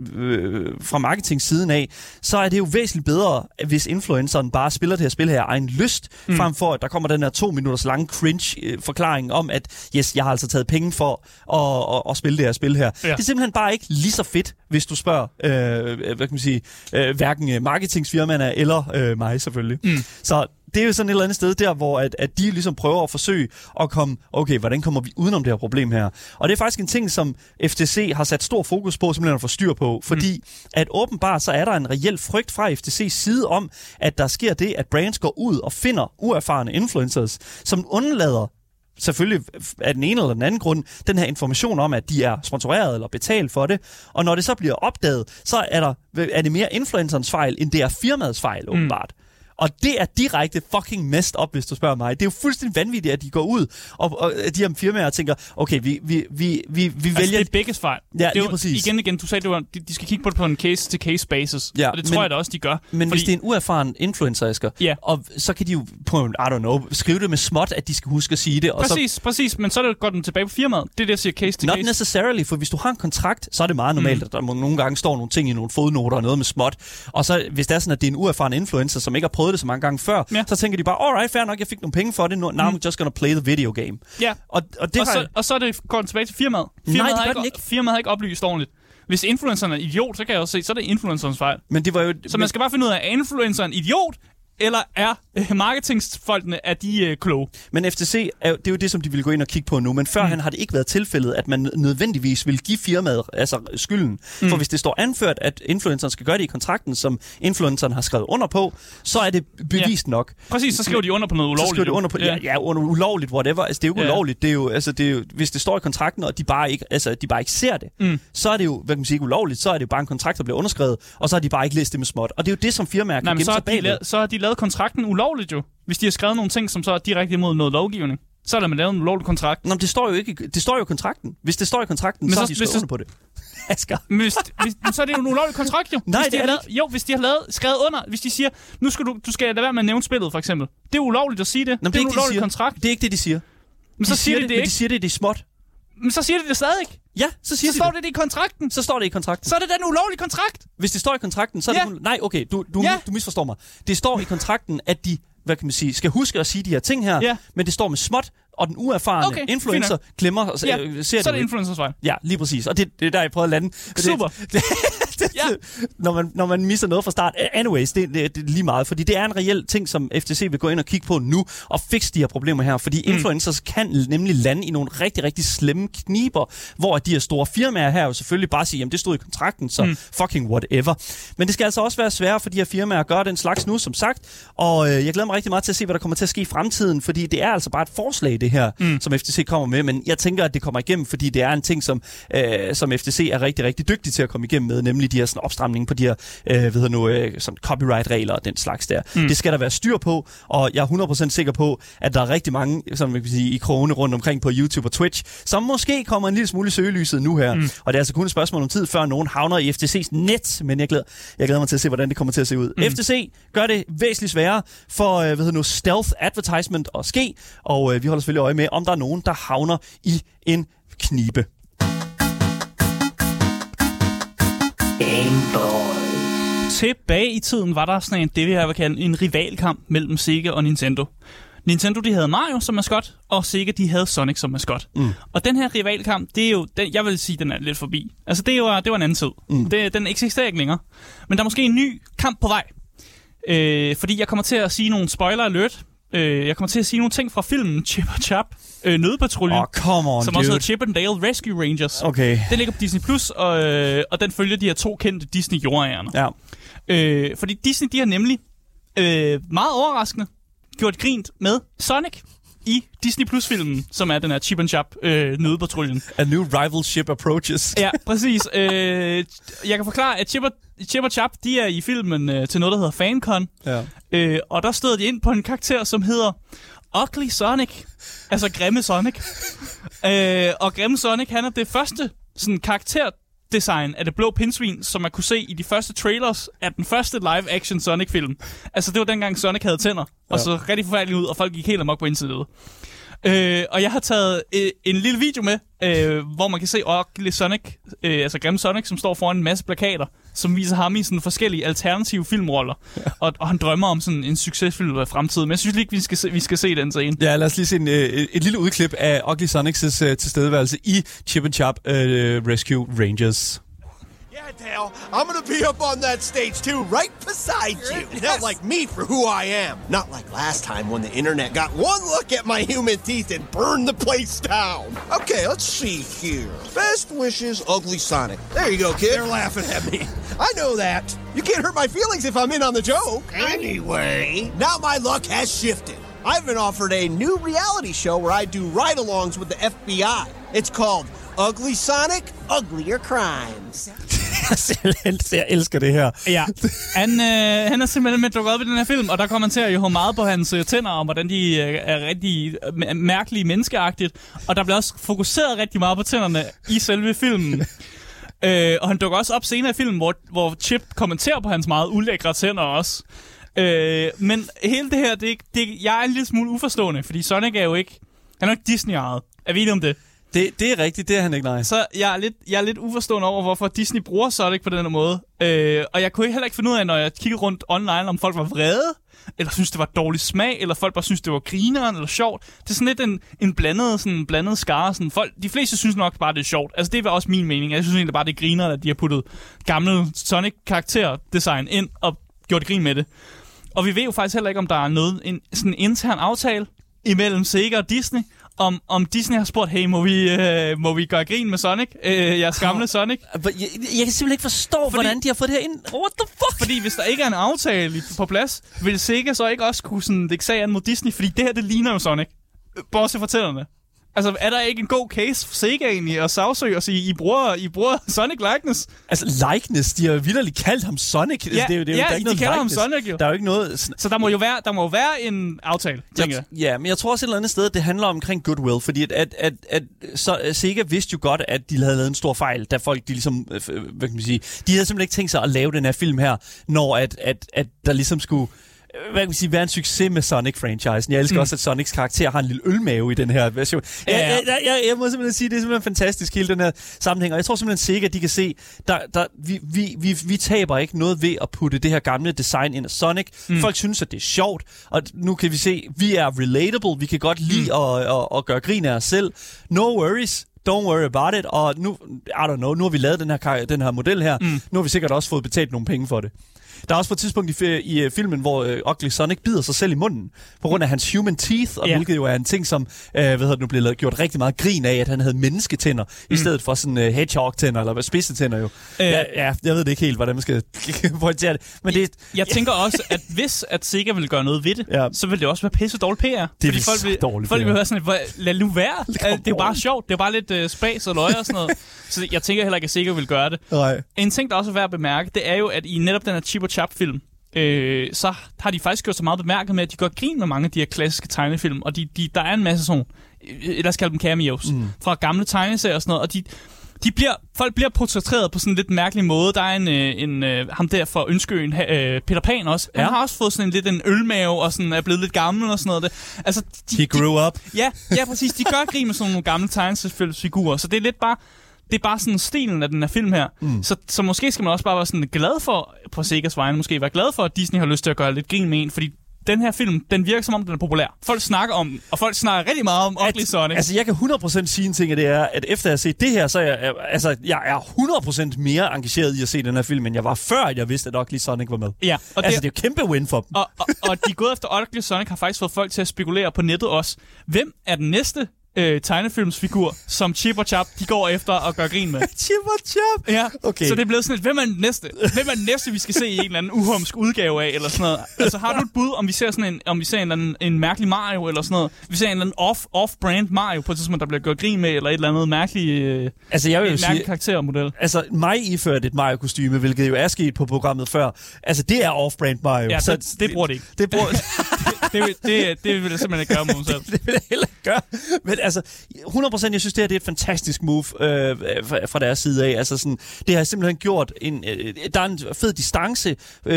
øh, fra marketing-siden af, så er det jo væsentligt bedre, hvis influenceren bare spiller det her spil her af egen lyst, mm. frem for, at der kommer den her to minutters lange cringe-forklaring om, at yes, jeg har altså taget penge for at, at, at spille det her spil her. Ja. Det er simpelthen bare ikke lige så fedt, hvis du spørger, øh, hvad kan man sige, øh, hverken marketingsfirmaerne eller øh, mig selvfølgelig. Mm. Så det er jo sådan et eller andet sted der, hvor at, at de ligesom prøver at forsøge at komme, okay, hvordan kommer vi udenom det her problem her? Og det er faktisk en ting, som F T C har sat stor fokus på, simpelthen at få styr på, fordi mm. at åbenbart så er der en reel frygt fra F T C's side om, at der sker det, at brands går ud og finder uerfarne influencers, som undlader selvfølgelig af den ene eller den anden grund, den her information om, at de er sponsoreret eller betalt for det. Og når det så bliver opdaget, så er, der, er det mere influencerens fejl, end det er firmaets fejl, mm. åbenbart. Og det er direkte fucking messed up, hvis du spørger mig. Det er jo fuldstændig vanvittigt, at de går ud, og, og de her firmaer tænker, okay, vi, vi, vi, vi, vi altså, vælger... det er begges fejl. Ja, det er lige præcis. Igen, igen, du sagde, det var, de, de skal kigge på det på en case-to-case basis, ja, og det tror men, jeg da også, de gør. Men fordi... hvis det er en uerfaren influencer, Asger, ja. og så kan de jo på, I don't know, skrive det med småt, at de skal huske at sige det. Og præcis, så... præcis, men så er det går den tilbage på firmaet. Det er det, jeg siger case-to-case. Not necessarily, for hvis du har en kontrakt, så er det meget normalt, mm. at der må nogle gange står nogle ting i nogle fodnoter og noget med småt. Og så hvis det er sådan, at det er en uerfaren influencer, som ikke har prøvet det så mange gange før, ja. så tænker de bare, alright, fair nok, jeg fik nogle penge for det, now mm. I'm just gonna play the video game. Ja, og, og, det og, har... så, og så er det, går den tilbage til firmaet. Firmaet, Nej, det har gør ikke, den ikke. Firmaet har ikke oplyst ordentligt. Hvis influenceren er idiot, så kan jeg også se, så er det influencerens fejl. Men det var jo... Så man skal bare finde ud af, er influenceren idiot, eller er øh, marketingsfolkene, er de øh, kloge? Men F T C, er, det er jo det, som de vil gå ind og kigge på nu. Men førhen mm. har det ikke været tilfældet, at man nødvendigvis vil give firmaet altså skylden. Mm. For hvis det står anført, at influenceren skal gøre det i kontrakten, som influenceren har skrevet under på, så er det bevist ja. nok. Præcis, så skriver de under på noget ulovligt. Så skriver de under på, ja, ja, under ulovligt, whatever. Altså, det er jo ikke ja. ulovligt. Det er jo, altså, det er jo, hvis det står i kontrakten, og de bare ikke, altså, de bare ikke ser det, mm. så er det jo, hvad kan man sige, ikke ulovligt. Så er det jo bare en kontrakt, der bliver underskrevet, og så har de bare ikke læst det med småt. Og det er jo det, som firmaer kan gemme sig bag. Så har de lavet kontrakten ulovligt. Jo. Hvis de har skrevet nogle ting, som så er direkte imod noget lovgivning, så er der man lavet en ulovlig kontrakt. Nå, men det står jo ikke, det står jo i kontrakten. Hvis det står i kontrakten, men så, så har de skrevet under på det. Asger. Hvis, hvis, så er det jo en ulovlig kontrakt, jo. Nej, hvis det er lavet, ikke. Jo, hvis de har lavet, skrevet under, hvis de siger, nu skal du, du skal lade være med at nævne spillet, for eksempel. Det er ulovligt at sige det. Nå, det er en ikke, ulovlig de kontrakt. Det er ikke det, de siger. Men de så siger de det, det ikke. De siger det, det er småt. Men så siger de det stadig ikke. Ja, så siger så de står det. det i kontrakten. Så står det i kontrakten. Så er det den ulovlige kontrakt. Hvis det står i kontrakten, så er ja. det... Nej, okay, du, du, ja. du misforstår mig. Det står i kontrakten, at de, hvad kan man sige, skal huske at sige de her ting her, ja. men det står med småt, og den uerfarne okay, influencer glemmer og ja. øh, ser så er det det influencers fejl. Ja, lige præcis. Og det, det er der, jeg prøvede at lande. Super. Det, det, det, ja. når, man, når man misser noget fra start. Anyways, det, det, det er lige meget, fordi det er en reel ting, som F T C vil gå ind og kigge på nu, og fikse de her problemer her, fordi mm. influencers kan nemlig lande i nogle rigtig, rigtig slemme kniber, hvor de her store firmaer her jo selvfølgelig bare siger, jamen det stod i kontrakten, så mm. fucking whatever. Men det skal altså også være sværere for de her firmaer at gøre den slags nu, som sagt, og øh, jeg glæder mig rigtig meget til at se, hvad der kommer til at ske i fremtiden, fordi det er altså bare et forslag, det her, mm. som F T C kommer med, men jeg tænker, at det kommer igennem, fordi det er en ting, som, øh, som F T C er rigtig, rigtig dygtig til at komme igennem med, nemlig de her sådan, opstramninger på de her øh, ved nu, øh, sådan copyright-regler og den slags der. Mm. Det skal der være styr på, og jeg er hundrede procent sikker på, at der er rigtig mange, som man kan sige, i krone rundt omkring på YouTube og Twitch, som måske kommer en lille smule i søgelyset nu her. Mm. Og det er altså kun et spørgsmål om tid, før nogen havner i F T C's net, men jeg glæder, jeg glæder mig til at se, hvordan det kommer til at se ud. Mm. F T C gør det væsentligt sværere for øh, hvad nu, stealth advertisement at ske, og øh, vi holder selvfølgelig øje med, om der er nogen, der havner i en knibe. Tilbage i tiden var der sådan en, det vi har kaldt en rivalkamp mellem Sega og Nintendo. Nintendo, de havde Mario som maskot, og Sega, de havde Sonic som maskot. Mm. Og den her rivalkamp, det er jo, den, jeg vil sige, den er lidt forbi. Altså, det var, det var en anden tid. Mm. Det, den eksisterer ikke længere. Men der er måske en ny kamp på vej. Øh, fordi jeg kommer til at sige nogle spoiler alert. Øh, jeg kommer til at sige nogle ting fra filmen Chip og Chap, øh, Nødpatruljen, oh, come on, som dude. også hedder Chip and Dale Rescue Rangers. Okay. Den ligger på Disney Plus, og, øh, og den følger de her to kendte Disney-jordejerne. Ja. Øh, fordi Disney, de har nemlig øh, meget overraskende gjort grint med Sonic i Disney Plus-filmen, som er den her Chip and Chap øh, Nødpatruljen. A new rivalship approaches. Ja, præcis. Øh, jeg kan forklare, at Chip og, Chip og Chap, de er i filmen øh, til noget, der hedder FanCon. Ja. Øh, og der stod de ind på en karakter, som hedder Ugly Sonic. Altså Grimme Sonic. øh, og Grimme Sonic, han er det første sådan, karakterdesign af det blå pindsvin, som man kunne se i de første trailers af den første live-action Sonic-film. Altså, det var dengang Sonic havde tænder, ja. Og så rigtig forfærdeligt ud, og folk gik helt amok på internettet. Øh, og jeg har taget øh, en lille video med, øh, hvor man kan se Ugly Sonic, øh, altså Grimme Sonic, som står foran en masse plakater, som viser ham i sådan forskellige alternative filmroller. Ja. Og, og han drømmer om sådan en succesfuld fremtid. Men jeg synes ikke, vi skal se, vi skal se den scene. Ja, lad os lige se en, øh, et lille udklip af Ugly Sonics øh, tilstedeværelse i Chip and Chap øh, Rescue Rangers. Yeah, Yeah, Dale, I'm gonna be up on that stage too, right beside you. Yes. They'll like me for who I am. Not like last time when the internet got one look at my human teeth and burned the place down. Okay, let's see here. Best wishes, Ugly Sonic. There you go, kid. They're laughing at me. I know that. You can't hurt my feelings if I'm in on the joke. Anyway, now my luck has shifted. I've been offered a new reality show where I do ride-alongs with the F B I. It's called Ugly Sonic, Uglier Crimes. Jeg elsker det her. Ja, han, øh, han er simpelthen med dukket op i den her film, og der kommenterer jo meget på hans øh, tænder, om hvordan de øh, er rigtig øh, mærkelige menneskeagtigt, og der bliver også fokuseret rigtig meget på tænderne i selve filmen. øh, og han dukker også op senere i filmen, hvor, hvor Chip kommenterer på hans meget ulækre tænder også. Øh, men hele det her, det, det, jeg er en lille smule uforstående, fordi Sonic er jo ikke, han er jo ikke Disney-ejet. Er vi enige om det? Det, det er rigtigt, det er han ikke, nej. Så jeg er lidt, jeg er lidt uforstående over, hvorfor Disney bruger Sonic på den her måde. Øh, og jeg kunne heller ikke finde ud af, når jeg kiggede rundt online, om folk var vrede, eller synes det var dårlig smag, eller folk bare synes det var grineren eller sjovt. Det er sådan lidt en, en blandet, sådan blandet skare. Sådan folk, de fleste synes nok bare, det er sjovt. Altså det var også min mening. Jeg synes egentlig bare, det er grineren, at de har puttet gamle Sonic-karakterdesign ind og gjort grin med det. Og vi ved jo faktisk heller ikke, om der er noget, en sådan en intern aftale imellem Sega og Disney, om, om Disney har spurgt, hey, må vi, øh, må vi gøre grin med Sonic? Øh, jeres gamle Sonic? Jeg, jeg kan simpelthen ikke forstå, fordi, hvordan de har fået det her ind. What the fuck? Fordi hvis der ikke er en aftale på plads, vil Sega så ikke også kunne sådan, lægge sag an mod Disney? Fordi det her, det ligner jo Sonic. Bortset fra tænderne. Altså, er der ikke en god case for Sega egentlig at sagsøge og sige, I bruger, I bruger Sonic likeness? Altså, likeness? De har jo vitterligt kaldt ham Sonic. Ja, altså, det er jo, det er jo, ja der er ikke de kalder likeness. ham Sonic jo. Der er jo ikke noget... Så der må jo være, der må være en aftale, tænker jeg. Ja, men jeg tror også et eller andet sted, at det handler omkring goodwill. Fordi at, at, at, at så, Sega vidste jo godt, at de havde lavet en stor fejl, da folk, de ligesom... Hvad kan man sige? De havde simpelthen ikke tænkt sig at lave den her film her, når at, at, at der ligesom skulle... Hvad kan man sige, være en succes med Sonic-franchisen. Jeg elsker mm. også, at Sonics karakter har en lille ølmave i den her version. Ja, ja. Jeg, jeg, jeg, jeg må simpelthen sige, det er simpelthen fantastisk, hele den her sammenhæng. Og jeg tror simpelthen Sega, de kan se, der, der, vi, vi, vi, vi taber ikke noget ved at putte det her gamle design ind af Sonic. Mm. Folk synes, at det er sjovt, og nu kan vi se, vi er relatable, vi kan godt lide mm. at, at, at gøre grin af os selv. No worries. Don't worry about it. Og nu, I don't know, nu har vi lavet den her, den her model her. Mm. Nu har vi sikkert også fået betalt nogle penge for det. Der er også på et tidspunkt i, i uh, filmen, hvor uh, Ugly Sonic bider sig selv i munden, på grund af hans human teeth, og yeah. hvilket jo er en ting, som uh, hvad hedder det, nu bliver gjort rigtig meget grin af, at han havde mennesketænder, mm. i stedet for sådan uh, hedgehog-tænder, eller spidsetænder jo. Uh, ja, ja, jeg ved det ikke helt, hvordan man skal pointere det. Men det jeg tænker også, at hvis at Sega ville gøre noget ved det, ja. så ville det også være pisse dårligt P R. Det er folk vil, dårligt folk vil høre sådan, lad nu være. Det er jo bare sjovt. Det er bare lidt uh, spas og løg og sådan noget. Så jeg tænker heller ikke, at Sega vil gøre det. Nej. En ting, der også er værd at bemærke, det er jo, at i netop den her Chip og Chap-film, Øh, så har de faktisk gjort så meget bemærket med, at de gør grin med mange af de her klassiske tegnefilm, og de, de, der er en masse sådan, lad os kalde dem cameos, mm. fra gamle tegneserier og sådan noget, og de, de bliver, folk bliver portrætteret på sådan en lidt mærkelig måde. Der er en, en, en ham der fra Ønskeøen, øh, Peter Pan også. Han ja. har også fået sådan en lidt en ølmave, og sådan er blevet lidt gammel og sådan noget. Det, altså, de, He grew de, up. Ja, ja, præcis. De gør grin med sådan nogle gamle tegneseriefigurer, så det er lidt bare... Det er bare sådan stilen af den her film her. Mm. Så, så måske skal man også bare være sådan glad for, på Segas vegne, måske være glad for, at Disney har lyst til at gøre lidt grin med en, fordi den her film, den virker som om, den er populær. Folk snakker om, og folk snakker rigtig meget om Ugly Sonic. Altså, jeg kan hundrede procent sige en ting, og det er, at efter at have set det her, så er jeg, altså, jeg er hundrede procent mere engageret i at se den her film, end jeg var før, jeg vidste, at Ugly Sonic var med. Ja, og altså, det, det er jo kæmpe win for dem. Og, og, og de gået efter Ugly Sonic har faktisk fået folk til at spekulere på nettet også. Hvem er den næste Øh, tegnefilmsfigur, som Chip og Chap, de går efter og gør grin med. Chip og Chap? Ja, okay. Så det er blevet sådan et, hvem er den næste? Hvem er den næste, vi skal se i en eller anden uhumsk udgave af, eller sådan noget? Altså, har du et bud, om vi ser sådan en, om vi ser en, eller anden, en mærkelig Mario, eller sådan noget? Vi ser en eller anden off, off-brand Mario, på et tidspunkt, der bliver gjort grin med, eller et eller andet mærkeligt, øh, altså, jeg vil en sige, mærkelig karaktermodel. Altså, mig iført et Mario-kostyme, hvilket jo er sket på programmet før. Altså, det er off-brand Mario. Ja, så det, det bruger det ikke. Det, bruger... det, det, det, det vil jeg simpelthen ikke gøre mod mig selv. Det, det vil jeg heller ikke gøre. Men altså, hundrede procent, jeg synes, det her det er et fantastisk move øh, fra deres side af. Altså sådan, det har simpelthen gjort en... Øh, der er en fed distance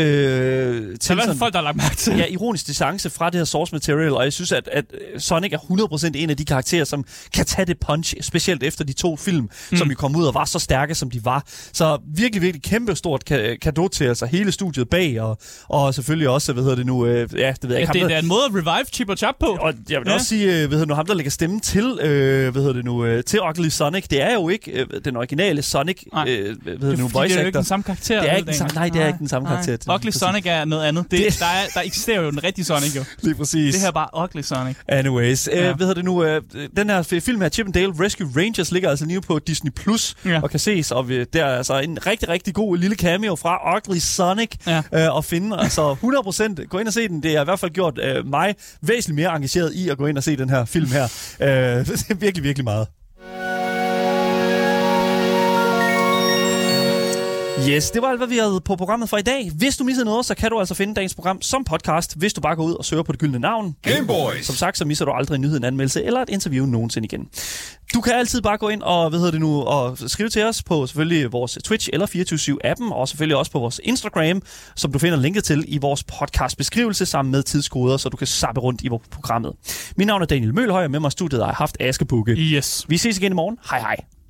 øh, til... Der er folk, der har lagt mærke til. Ja, ironisk distance fra det her source material, og jeg synes, at, at Sonic er hundrede procent en af de karakterer, som kan tage det punch, specielt efter de to film, mm. som vi kom ud og var så stærke, som de var. Så virkelig, virkelig kæmpe stort cadeau til altså hele studiet bag, og, og selvfølgelig også, hvad hedder det nu... Øh, ja, det ved jeg ikke. Ja, det, det er en måde at revive Chip og Chap på. Og jeg vil ja. også sige, hvad hedder nu, ham, der lægger stemme til, øh, hvad hedder det nu, øh, til Ugly Sonic, det er jo ikke øh, den originale Sonic, øh, hvad hedder det nu, voice actor. Det er jo actor. ikke den samme karakter. Det er ikke den samme, nej, det er nej, ikke den samme nej. karakter. Ugly Sonic er noget andet. Det, det. Der, er, der eksisterer jo den rigtige Sonic, jo. Lige præcis. Det her er bare Ugly Sonic. Anyways, ja. øh, hvad hedder det nu, øh, den her film her, Chip and Dale Rescue Rangers, ligger altså lige på Disney Plus ja. og kan ses, og vi, der er altså en rigtig, rigtig god lille cameo fra Ugly Sonic ja. øh, at finde. Altså hundrede procent gå ind og se den. Det har i hvert fald gjort øh, mig væsentligt mere engageret i at gå ind og se den her film her. Øh, det er virkelig, virkelig meget. Yes, det var alt, hvad vi havde på programmet for i dag. Hvis du missede noget, så kan du altså finde dagens program som podcast, hvis du bare går ud og søger på det gyldne navn. Gameboys! Som sagt, så misser du aldrig en nyhed, en anmeldelse eller et interview nogensinde igen. Du kan altid bare gå ind og, hvad hedder det nu, og skrive til os på selvfølgelig vores Twitch eller fireogtyve syv appen, og selvfølgelig også på vores Instagram, som du finder linket til i vores podcastbeskrivelse sammen med tidskoder, så du kan zappe rundt i vores programmet. Mit navn er Daniel Mølhøj, og med mig i studiet har jeg haft Aske Bukke. Yes. Vi ses igen i morgen. Hej hej.